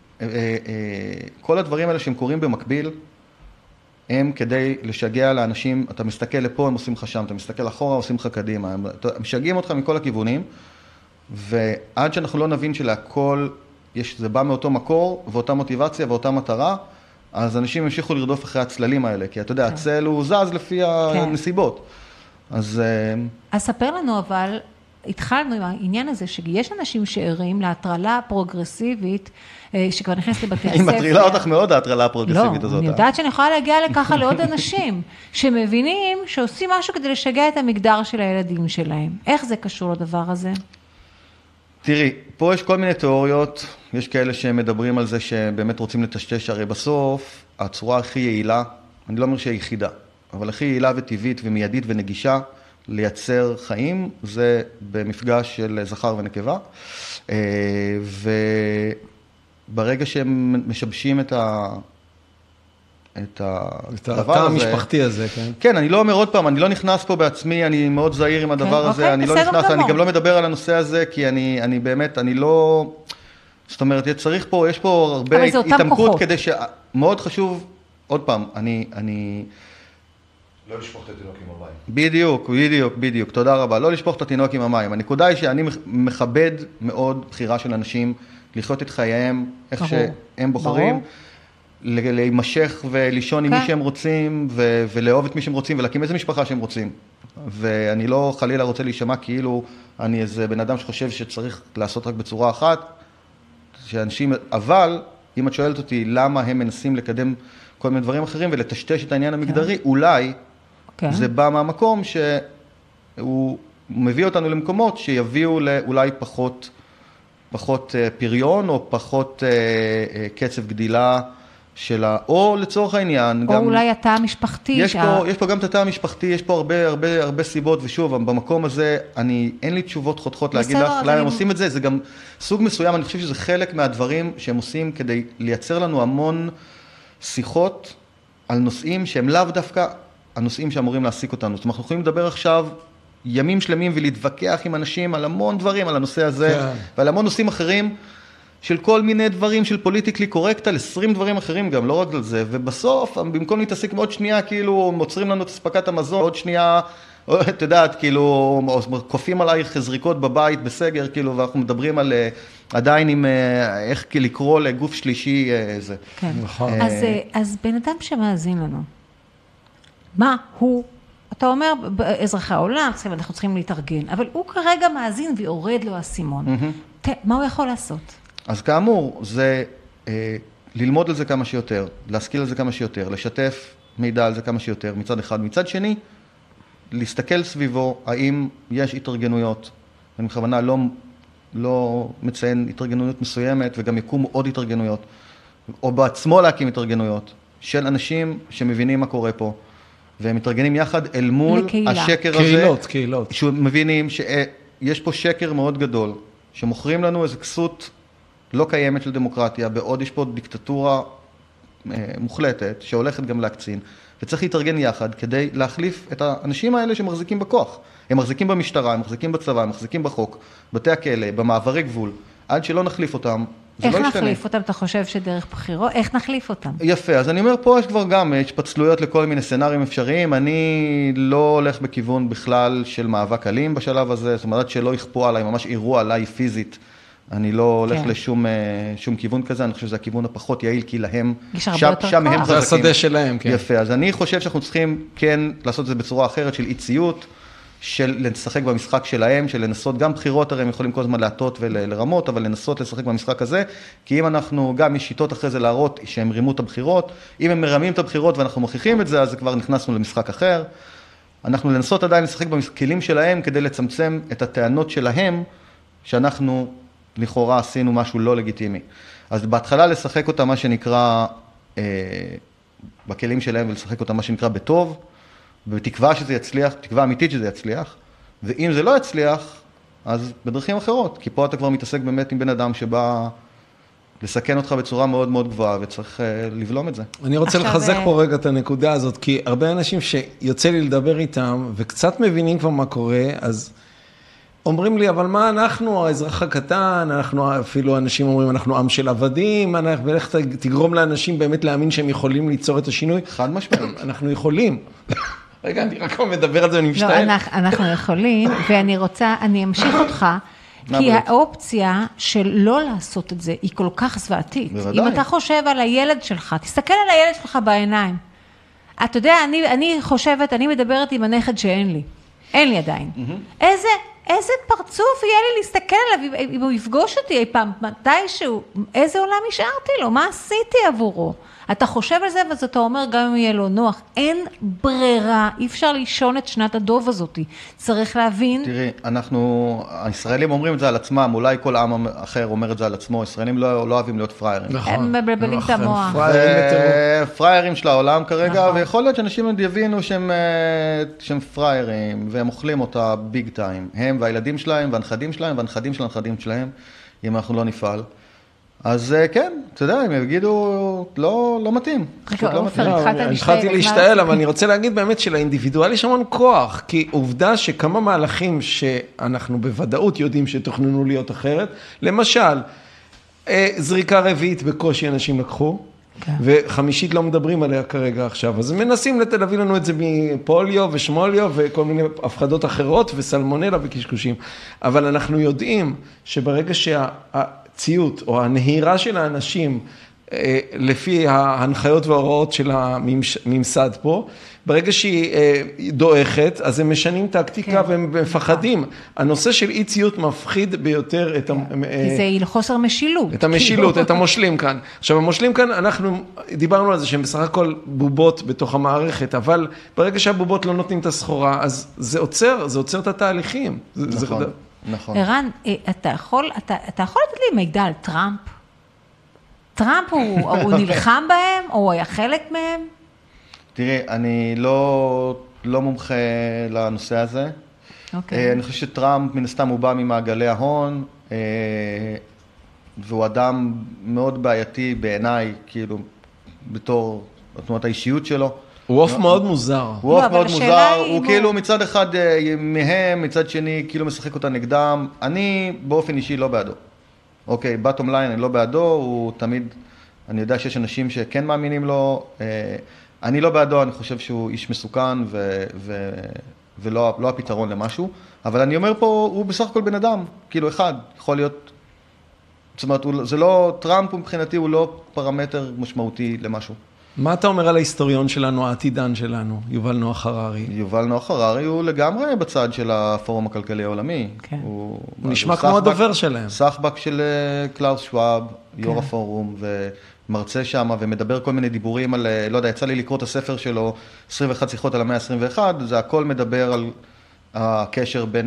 כל הדברים האלה שהם קוראים במקביל, הם כדי לשגע לאנשים, אתה מסתכל לפה, הם עושים לך שם, אתה מסתכל אחורה, עושים לך קדימה, הם משגעים אותך מכל הכיוונים, ועד שאנחנו לא נבין שלהכל, יש, זה בא מאותו מקור, ואותה מוטיבציה ואותה מטרה, אז אנשים ימשיכו לרדוף אחרי הצללים האלה, כי אתה יודע, כן. הצל הוא זז לפי כן. הנסיבות. אז... אז ספר לנו אבל, התחלנו עם העניין הזה, שיש אנשים שערים להטרלה פרוגרסיבית, שכבר נכנס לבתי הספר. היא מטרילה אותך מאוד, ההטרלה הפרוגרסיבית הזאת. לא, אני יודעת שאני יכולה להגיע לככה לעוד אנשים, שמבינים שעושים משהו כדי לשגע את המגדר של הילדים שלהם. איך זה קשור לדבר הזה? תראי, פה יש כל מיני תיאוריות, יש כאלה שמדברים על זה שבאמת רוצים לטשטש, הרי בסוף, הצורה הכי יעילה אני לא אומר שהיא יחידה, אבל הכי יעילה וטבעית ומיידית ונגישה לייצר חיים, זה במפגש של זכר ונקבה. וברגע שהם משבשים את ה... את הדבר הזה. המשפחתי הזה, כן. כן, אני לא אומר עוד פעם, אני לא נכנס פה בעצמי, אני מאוד זהיר עם הדבר הזה, אני לא נכנס, אני גם לא מדבר על הנושא הזה, כי אני, אני באמת, אני לא, זאת אומרת, צריך פה, יש פה הרבה התעמקות כדי ש... מאוד חשוב, עוד פעם, אני, אני... לא לשפוך את התינוק עם המים. בדיוק, בדיוק, בדיוק, תודה רבה. לא לשפוך את התינוק עם המים. הנקודה היא שאני מכבד מאוד בחירה של אנשים לחיות את חייהם, איך שהם בוחרים. להימשך ולישון עם מי שהם רוצים, ולאהוב את מי שהם רוצים, ולהקים איזה משפחה שהם רוצים. ואני לא חלילה רוצה להישמע כאילו אני איזה בן אדם שחושב שצריך לעשות רק בצורה אחת, שאנשים, אבל אם את שואלת אותי למה הם מנסים לקדם כל מיני דברים אחרים ולטשטש את העניין המגדרי, אולי זה בא מהמקום שהוא מביא אותנו למקומות שיביאו לאולי פחות, פחות פריון או פחות קצב גדילה שלה, או לצורך העניין, או גם, אולי התא המשפחתי. יש, שה... פה, יש פה גם את התא המשפחתי, יש פה הרבה, הרבה, הרבה סיבות, ושוב, במקום הזה, אני, אין לי תשובות חותכות להגיד לך, למה הם עושים את זה, זה גם סוג מסוים, אני חושב שזה חלק מהדברים שהם עושים כדי לייצר לנו המון שיחות על נושאים שהם לאו דווקא הנושאים שאמורים להעסיק אותנו. זאת אומרת, אנחנו יכולים לדבר עכשיו ימים שלמים ולהתווכח עם אנשים על המון דברים, על הנושא הזה, כן. ועל המון נושאים אחרים, של כל מיני דברים של פוליטיקלי קורקט, על עשרים דברים אחרים גם, לא רק על זה, ובסוף, במקום להתעסק מעוד שנייה, כאילו, מוצרים לנו את הספקת המזון, עוד שנייה, את יודעת, כאילו, קופים עלייך זריקות בבית, בסגר, כאילו, ואנחנו מדברים על, עדיין עם, איך לקרוא לגוף שלישי, זה. כן, נכון. אז, אז בן אדם שמאזין לנו, מה הוא, אתה אומר, אזרחי העולם, אנחנו צריכים להתארגן, אבל הוא כרגע מאזין ויורד לו הסימון. מה הוא יכול לעשות? אז כאמור, זה אה, ללמוד על זה כמה שיותר, להשכיל על זה כמה שיותר, לשתף מידע על זה כמה שיותר, מצד אחד. מצד שני, להסתכל סביבו, האם יש התארגנויות, אני בכוונה לא, לא מציין התארגנויות מסוימת, וגם יקומו עוד התארגנויות, או בעצמו להקים התארגנויות, של אנשים שמבינים מה קורה פה, והם מתארגנים יחד אל מול לקהילה. השקר הזה. קהילות, קהילות. שמבינים שיש פה שקר מאוד גדול, שמוכרים לנו איזו כסות לא קיימת של דמוקרטיה, בעוד יש פה דיקטטורה מוחלטת, שהולכת גם להקצין, וצריך להתארגן יחד כדי להחליף את האנשים האלה שמחזיקים בכוח. הם מחזיקים במשטרה, הם מחזיקים בצבא, הם מחזיקים בחוק, בתי הכלא, במעברי גבול, עד שלא נחליף אותם, זה לא ישתנה. איך נחליף אותם? אתה חושב שדרך בחירות? איך נחליף אותם? יפה, אז אני אומר, פה יש כבר גם התפצלויות לכל מיני סצנריונים אפשריים, אני לא הולך בכיוון בכלל של מאבק אלים בשלב הזה, זאת אומרת שלא יכפו עליי, ממש אירוע עליי פיזית, אני לא הולך כן. לשום שום כיוון כזה, אני חושב שזה הכיוון הפחות יעיל, כי להם, שם, שם הם חזקים. זה השדה שלהם, כן. יפה, אז אני חושב שאנחנו צריכים כן לעשות את זה בצורה אחרת של אי-ציות, של לשחק במשחק שלהם, של לנסות, גם בחירות הרי הם יכולים כל הזמן להטות ולרמות, אבל לנסות לשחק במשחק הזה, כי אם אנחנו, גם יש שיטות אחרי זה להראות שהם רימו את הבחירות, אם הם מרמים את הבחירות ואנחנו מוכיחים את זה, אז כבר נכנסנו למשחק אחר. אנחנו לנסות עדיין לשחק בכלים שלהם, כדי לצמצם את הטענות שלהם, שאנחנו לכאורה עשינו משהו לא לגיטימי. אז בהתחלה לשחק אותה מה שנקרא, אה, בכלים שלהם ולשחק אותה מה שנקרא בטוב, בתקווה שזה יצליח, תקווה אמיתית שזה יצליח, ואם זה לא יצליח, אז בדרכים אחרות, כי פה אתה כבר מתעסק באמת עם בן אדם שבא לסכן אותך בצורה מאוד מאוד גבוהה, וצריך uh, לבלום את זה. אני רוצה לחזק פה רגע את הנקודה הזאת, כי הרבה אנשים שיוצא לי לדבר איתם, וקצת מבינים כבר מה קורה, אז אומרים לי, אבל מה אנחנו, האזרח הקטן, אנחנו אפילו אנשים אומרים, אנחנו עם של עבדים, אנחנו, ואיך תגרום לאנשים באמת להאמין שהם יכולים ליצור את השינוי? חד משמעית. אנחנו יכולים. רגע, אני רק מדבר על זה, אני משתעל. לא, אנחנו יכולים, ואני רוצה, אני אמשיך אותך, כי האופציה של לא לעשות את זה, היא כל כך זוועתית. אם אתה חושב על הילד שלך, תסתכל על הילד שלך בעיניים. אתה יודע, אני, אני חושבת, אני מדברת עם הנכד שאין לי. אין לי עדיין. איזה, איזה פרצוף יהיה לי להסתכל עליו, אם הוא יפגוש אותי אי פעם, מתישהו, איזה עולם השארתי לו, מה עשיתי עבורו? אתה חושב על זה, ואז אתה אומר, גם אם יהיה לו נוח, אין ברירה, אי אפשר לישון את שנת הדוב הזאת. צריך להבין... תראי, אנחנו, הישראלים אומרים את זה על עצמם, אולי כל עם אחר אומר את זה על עצמו, ישראלים לא, לא אוהבים להיות פריירים. נכון. הם מבלבלים את המוח. פריירים של העולם כרגע, ויכול להיות שאנשים יבינו שהם, שהם פריירים, והם אוכלים אותה ביג טיים. הם והילדים שלהם, והנכדים שלהם, והנכדים של הנכדים שלהם, אם אנחנו לא נפעל. אז כן, אתה יודע, הם יגידו, לא, לא מתאים. לא מתאים. התחלתי להשתעל, אבל אני רוצה להגיד באמת שלאינדיבידואל יש המון כוח, כי עובדה שכמה מהלכים שאנחנו בוודאות יודעים שתוכננו להיות אחרת, למשל, זריקה רביעית בקושי אנשים לקחו, וחמישית לא מדברים עליה כרגע עכשיו, אז מנסים להביא לנו את זה מפוליו ושמוליו וכל מיני הפחדות אחרות וסלמונלה וקשקושים, אבל אנחנו יודעים שברגע שהציות או הנהירה של האנשים לפי ההנחיות וההוראות של הממסד פה, ברגע שהיא דועכת, אז הם משנים טקטיקה והם מפחדים. הנושא של אי ציות מפחיד ביותר את... כי זה לחוסר משילות. את המשילות, את המושלים כאן. עכשיו, המושלים כאן, אנחנו דיברנו על זה שהם בסך הכל בובות בתוך המערכת, אבל ברגע שהבובות לא נותנים את הסחורה, אז זה עוצר, זה עוצר את התהליכים. נכון, נכון. ערן, אתה יכול לתת לי מידע על טראמפ? טראמפ הוא נלחם בהם, או הוא היה חלק מהם? תראי, אני לא, לא מומחה לנושא הזה. אוקיי. אני חושב שטראמפ, מן הסתם, הוא בא ממעגלי ההון, והוא אדם מאוד בעייתי בעיניי, כאילו, בתור, זאת אומרת, האישיות שלו. הוא אוף מאוד מוזר. הוא אוף מאוד מוזר, הוא כאילו מצד אחד מהם, מצד שני, כאילו משחק אותה נגדם. אני באופן אישי לא בעדו. אוקיי, בטום ליין, אני לא בעדו, הוא תמיד, אני יודע שיש אנשים שכן מאמינים לו, אני לא בעדו, אני חושב שהוא איש מסוכן ו, ו, ולא לא הפתרון למשהו, אבל אני אומר פה, הוא בסך הכל בן אדם, כאילו אחד, יכול להיות, זאת אומרת, הוא, זה לא, טראמפ מבחינתי הוא לא פרמטר משמעותי למשהו. מה אתה אומר על ההיסטוריון שלנו, העתידן שלנו, יובל נוח הררי? יובל נוח הררי הוא לגמרי בצד של הפורום הכלכלי העולמי. כן. הוא, הוא נשמע כמו הדובר שלהם. סחבק של קלאוס שוואב, יו"ר הפורום, ומרצה שם, ומדבר כל מיני דיבורים על, לא יודע, יצא לי לקרוא את הספר שלו, עשרים ואחת שיחות על המאה ה-עשרים ואחת, זה הכל מדבר על הקשר בין,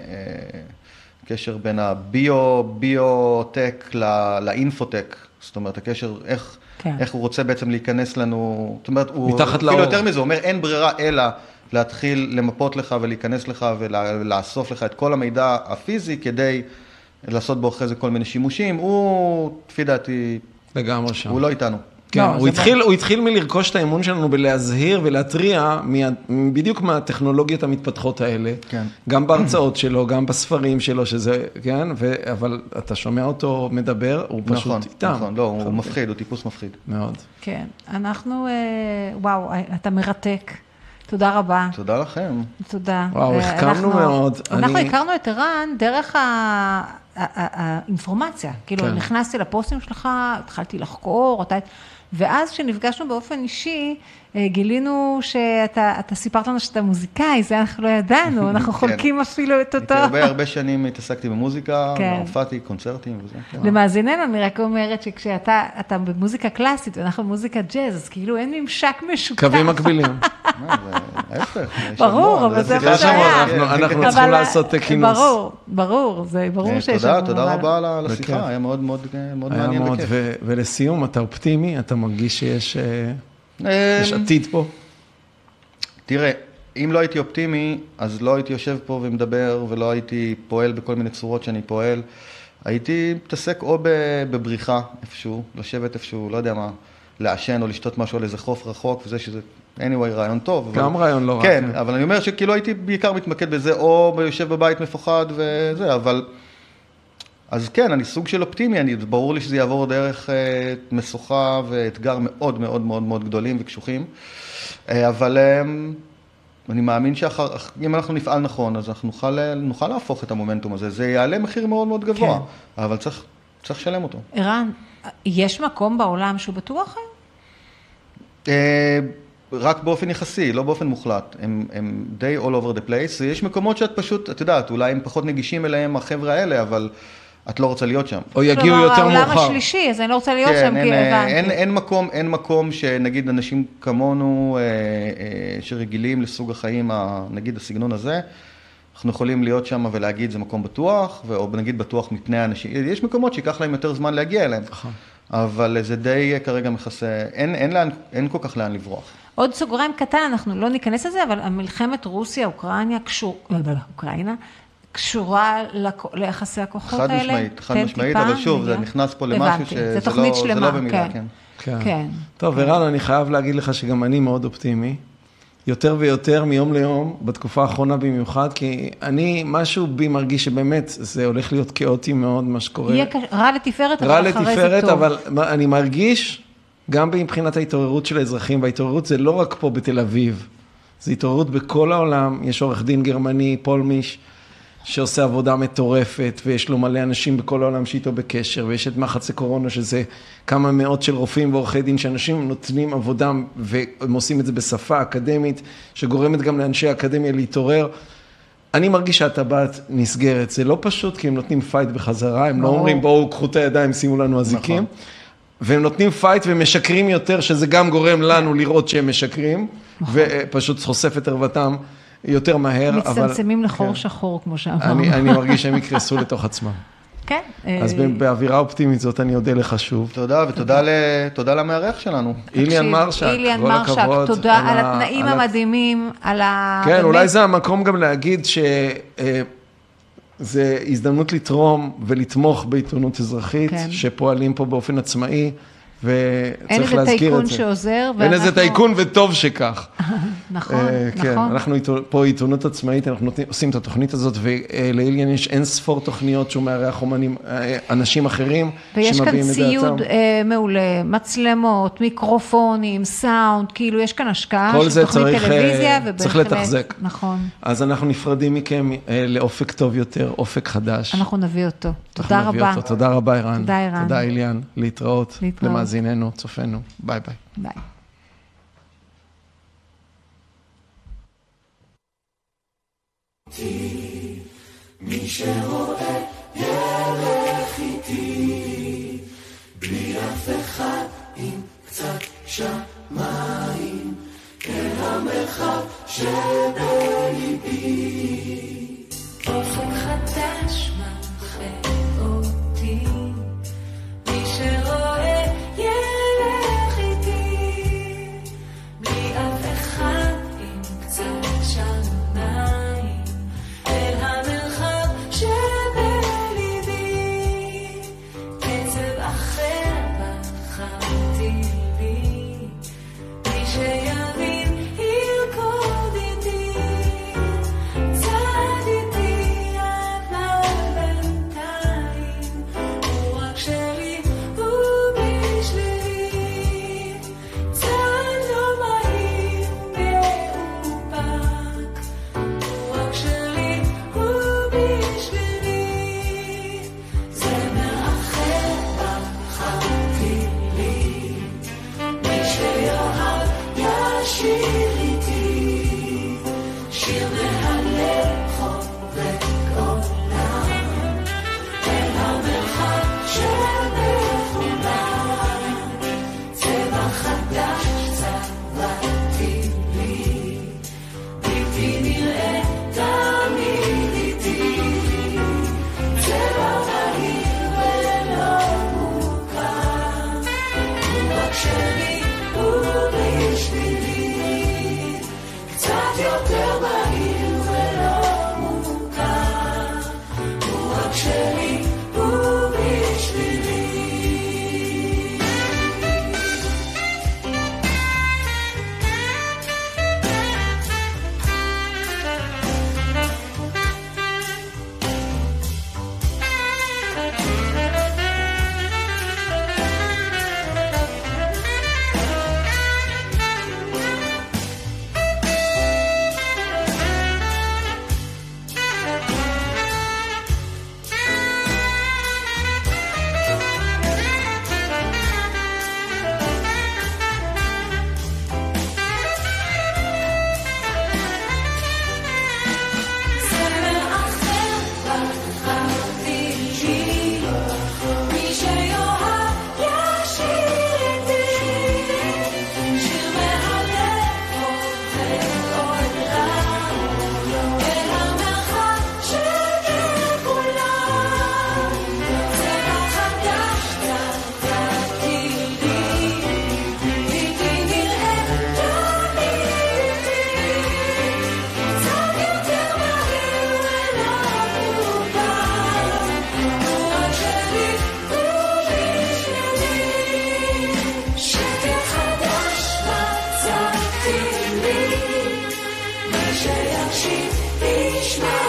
קשר בין הביו, ביוטק לאינפוטק, זאת אומרת, הקשר, איך... כן. איך הוא רוצה בעצם להיכנס לנו, זאת אומרת, הוא אפילו יותר מזה, הוא אומר, אין ברירה אלא להתחיל למפות לך ולהיכנס לך ולאסוף לך את כל המידע הפיזי, כדי לעשות בו אחרי זה כל מיני שימושים. הוא, לפי דעתי, לגמרי שם. הוא לא איתנו. כן, לא, הוא, התחיל, הוא התחיל מלרכוש את האמון שלנו בלהזהיר ולהטריע בדיוק מהטכנולוגיות המתפתחות האלה, כן. גם בהרצאות שלו, גם בספרים שלו, שזה, כן, ו, אבל אתה שומע אותו מדבר, הוא פשוט נכון, איתם. נכון, לא, הוא מפחיד, הוא טיפוס מפחיד. מאוד. כן, אנחנו, וואו, אתה מרתק. תודה רבה. תודה לכם. תודה. וואו, החכמנו מאוד. אנחנו הכרנו את ערן דרך האינפורמציה. כאילו, נכנסתי לפוסטים שלך, התחלתי לחקור, ואז כשנפגשנו באופן אישי, גילינו שאתה סיפרת לנו שאתה מוזיקאי, זה אנחנו לא ידענו, אנחנו חולקים אפילו את אותו. הרבה הרבה שנים התעסקתי במוזיקה, הופעתי, קונצרטים וזה. למאזיננו, אני רק אומרת שכשאתה במוזיקה קלאסית, ואנחנו במוזיקה ג'אז, אז כאילו אין ממשק משותף. קווים מקבילים. ברור, אבל זה מה שהיה. אנחנו צריכים לעשות כינוס. ברור, ברור, זה ברור שיש לנו. תודה רבה על השיחה, היה מאוד מאוד מעניין וכיף. ולסיום, אתה אופטימי, אתה מרגיש שיש... יש עתיד פה? תראה, אם לא הייתי אופטימי, אז לא הייתי יושב פה ומדבר, ולא הייתי פועל בכל מיני צורות שאני פועל. הייתי מתעסק או בבריחה איפשהו, לשבת איפשהו, לא יודע מה, לעשן או לשתות משהו על איזה חוף רחוק, וזה שזה, anyway, רעיון טוב. גם אבל... רעיון לא רע. כן, אבל אני אומר שכאילו הייתי בעיקר מתמקד בזה, או יושב בבית מפוחד וזה, אבל... אז כן, אני סוג של אופטימי, אני, ברור לי שזה יעבור דרך אה, משוכה ואתגר מאוד מאוד מאוד מאוד גדולים וקשוחים, אה, אבל אה, אני מאמין שאם אנחנו נפעל נכון, אז אנחנו נוכל, נוכל להפוך את המומנטום הזה. זה יעלה מחיר מאוד מאוד גבוה, כן. אבל צריך, צריך לשלם אותו. ערן, יש מקום בעולם שהוא בטוח היום? אה, רק באופן יחסי, לא באופן מוחלט. הם, הם די all over the place. יש מקומות שאת פשוט, את יודעת, אולי הם פחות נגישים אליהם החבר'ה האלה, אבל... את לא רוצה להיות שם. או יגיעו יותר מאוחר. העולם השלישי, אז אני לא רוצה להיות כן, שם, אין, כי הבנתי. אין, אין, מקום, אין מקום שנגיד אנשים כמונו, אה, אה, שרגילים לסוג החיים, ה, נגיד הסגנון הזה, אנחנו יכולים להיות שם ולהגיד זה מקום בטוח, או נגיד בטוח מפני אנשים. יש מקומות שיקח להם יותר זמן להגיע אליהם. נכון. אבל זה די כרגע מכסה, אין, אין, לאן, אין כל כך לאן לברוח. עוד סוגריים קטן, אנחנו לא ניכנס לזה, אבל המלחמת רוסיה, אוקראינה, קשור, לא, לא, אוקראינה, קשורה ליחסי הכוחות חד האלה? משמעית, חד משמעית, אבל שוב, זה נכנס פה למשהו שזה תוכנית לא, שלמה, זה לא במילה, כן. כן. כן. טוב, ערן, אני חייב להגיד לך שגם אני מאוד אופטימי. יותר ויותר מיום ליום, בתקופה האחרונה במיוחד, כי אני, משהו בי מרגיש שבאמת זה הולך להיות כאוטי מאוד, מה שקורה. יהיה רע לתפארת, אבל אחרי זה טוב. רע לתפארת, אבל אני מרגיש, גם מבחינת ההתעוררות של האזרחים, וההתעוררות זה לא רק פה בתל אביב, זה התעוררות בכל העולם. יש עורך דין גרמני, פולמיש, שעושה עבודה מטורפת, ויש לו מלא אנשים בכל העולם שאיתו בקשר, ויש את מחץ לקורונה, שזה כמה מאות של רופאים ועורכי דין, שאנשים נותנים עבודה, והם עושים את זה בשפה אקדמית, שגורמת גם לאנשי האקדמיה להתעורר. אני מרגיש שהטבעת נסגרת, זה לא פשוט, כי הם נותנים פייט בחזרה, הם לא אומרים, בואו, קחו את הידיים, שימו לנו אזיקים, והם נותנים פייט ומשקרים יותר, שזה גם גורם לנו לראות שהם משקרים, ופשוט חושף את ערוותם יותר מהר. מצטמצמים לחור שחור, כמו שאמרנו. אני מרגיש שהם יקרסו לתוך עצמם. כן. אז באווירה אופטימית זאת אני אודה לך שוב. תודה, ותודה למארח שלנו. איליאן מרשק, איליאן מרשק, תודה על התנאים המדהימים, על ה... כן, אולי זה המקום גם להגיד שזה הזדמנות לתרום ולתמוך בעיתונות אזרחית, שפועלים פה באופן עצמאי, וצריך להזכיר את זה. אין איזה טייקון שעוזר. אין איזה טייקון וטוב שכך. נכון, נכון. אנחנו פה עיתונות עצמאית, אנחנו עושים את התוכנית הזאת, ולאיליאן יש אין ספור תוכניות שהוא מארח אומנים, אנשים אחרים ויש כאן ציוד מעולה, מצלמות, מיקרופונים, סאונד, כאילו יש כאן השקעה של תוכנית טלוויזיה, צריך לתחזק. נכון. אז אנחנו נפרדים מכם לאופק טוב יותר, אופק חדש. אנחנו נביא אותו. תודה רבה. תודה רבה, ערן. תודה, ערן. תודה, איליאן. להתראות. למאזיננו, צופנו. ביי ביי. ביי. מי שרואה ילך איתי, בלי אף אחד עם קצת שמיים, אל המרחב שבליבי. אופק חדש מנחה אותי, מי שרואה ילך איתי, בלי אף אחד עם קצת שמיים, אל המרחב שבליבי. קצב אחר בחרתי לי, מי שיבין ירקוד איתי. תקשיב, תשמע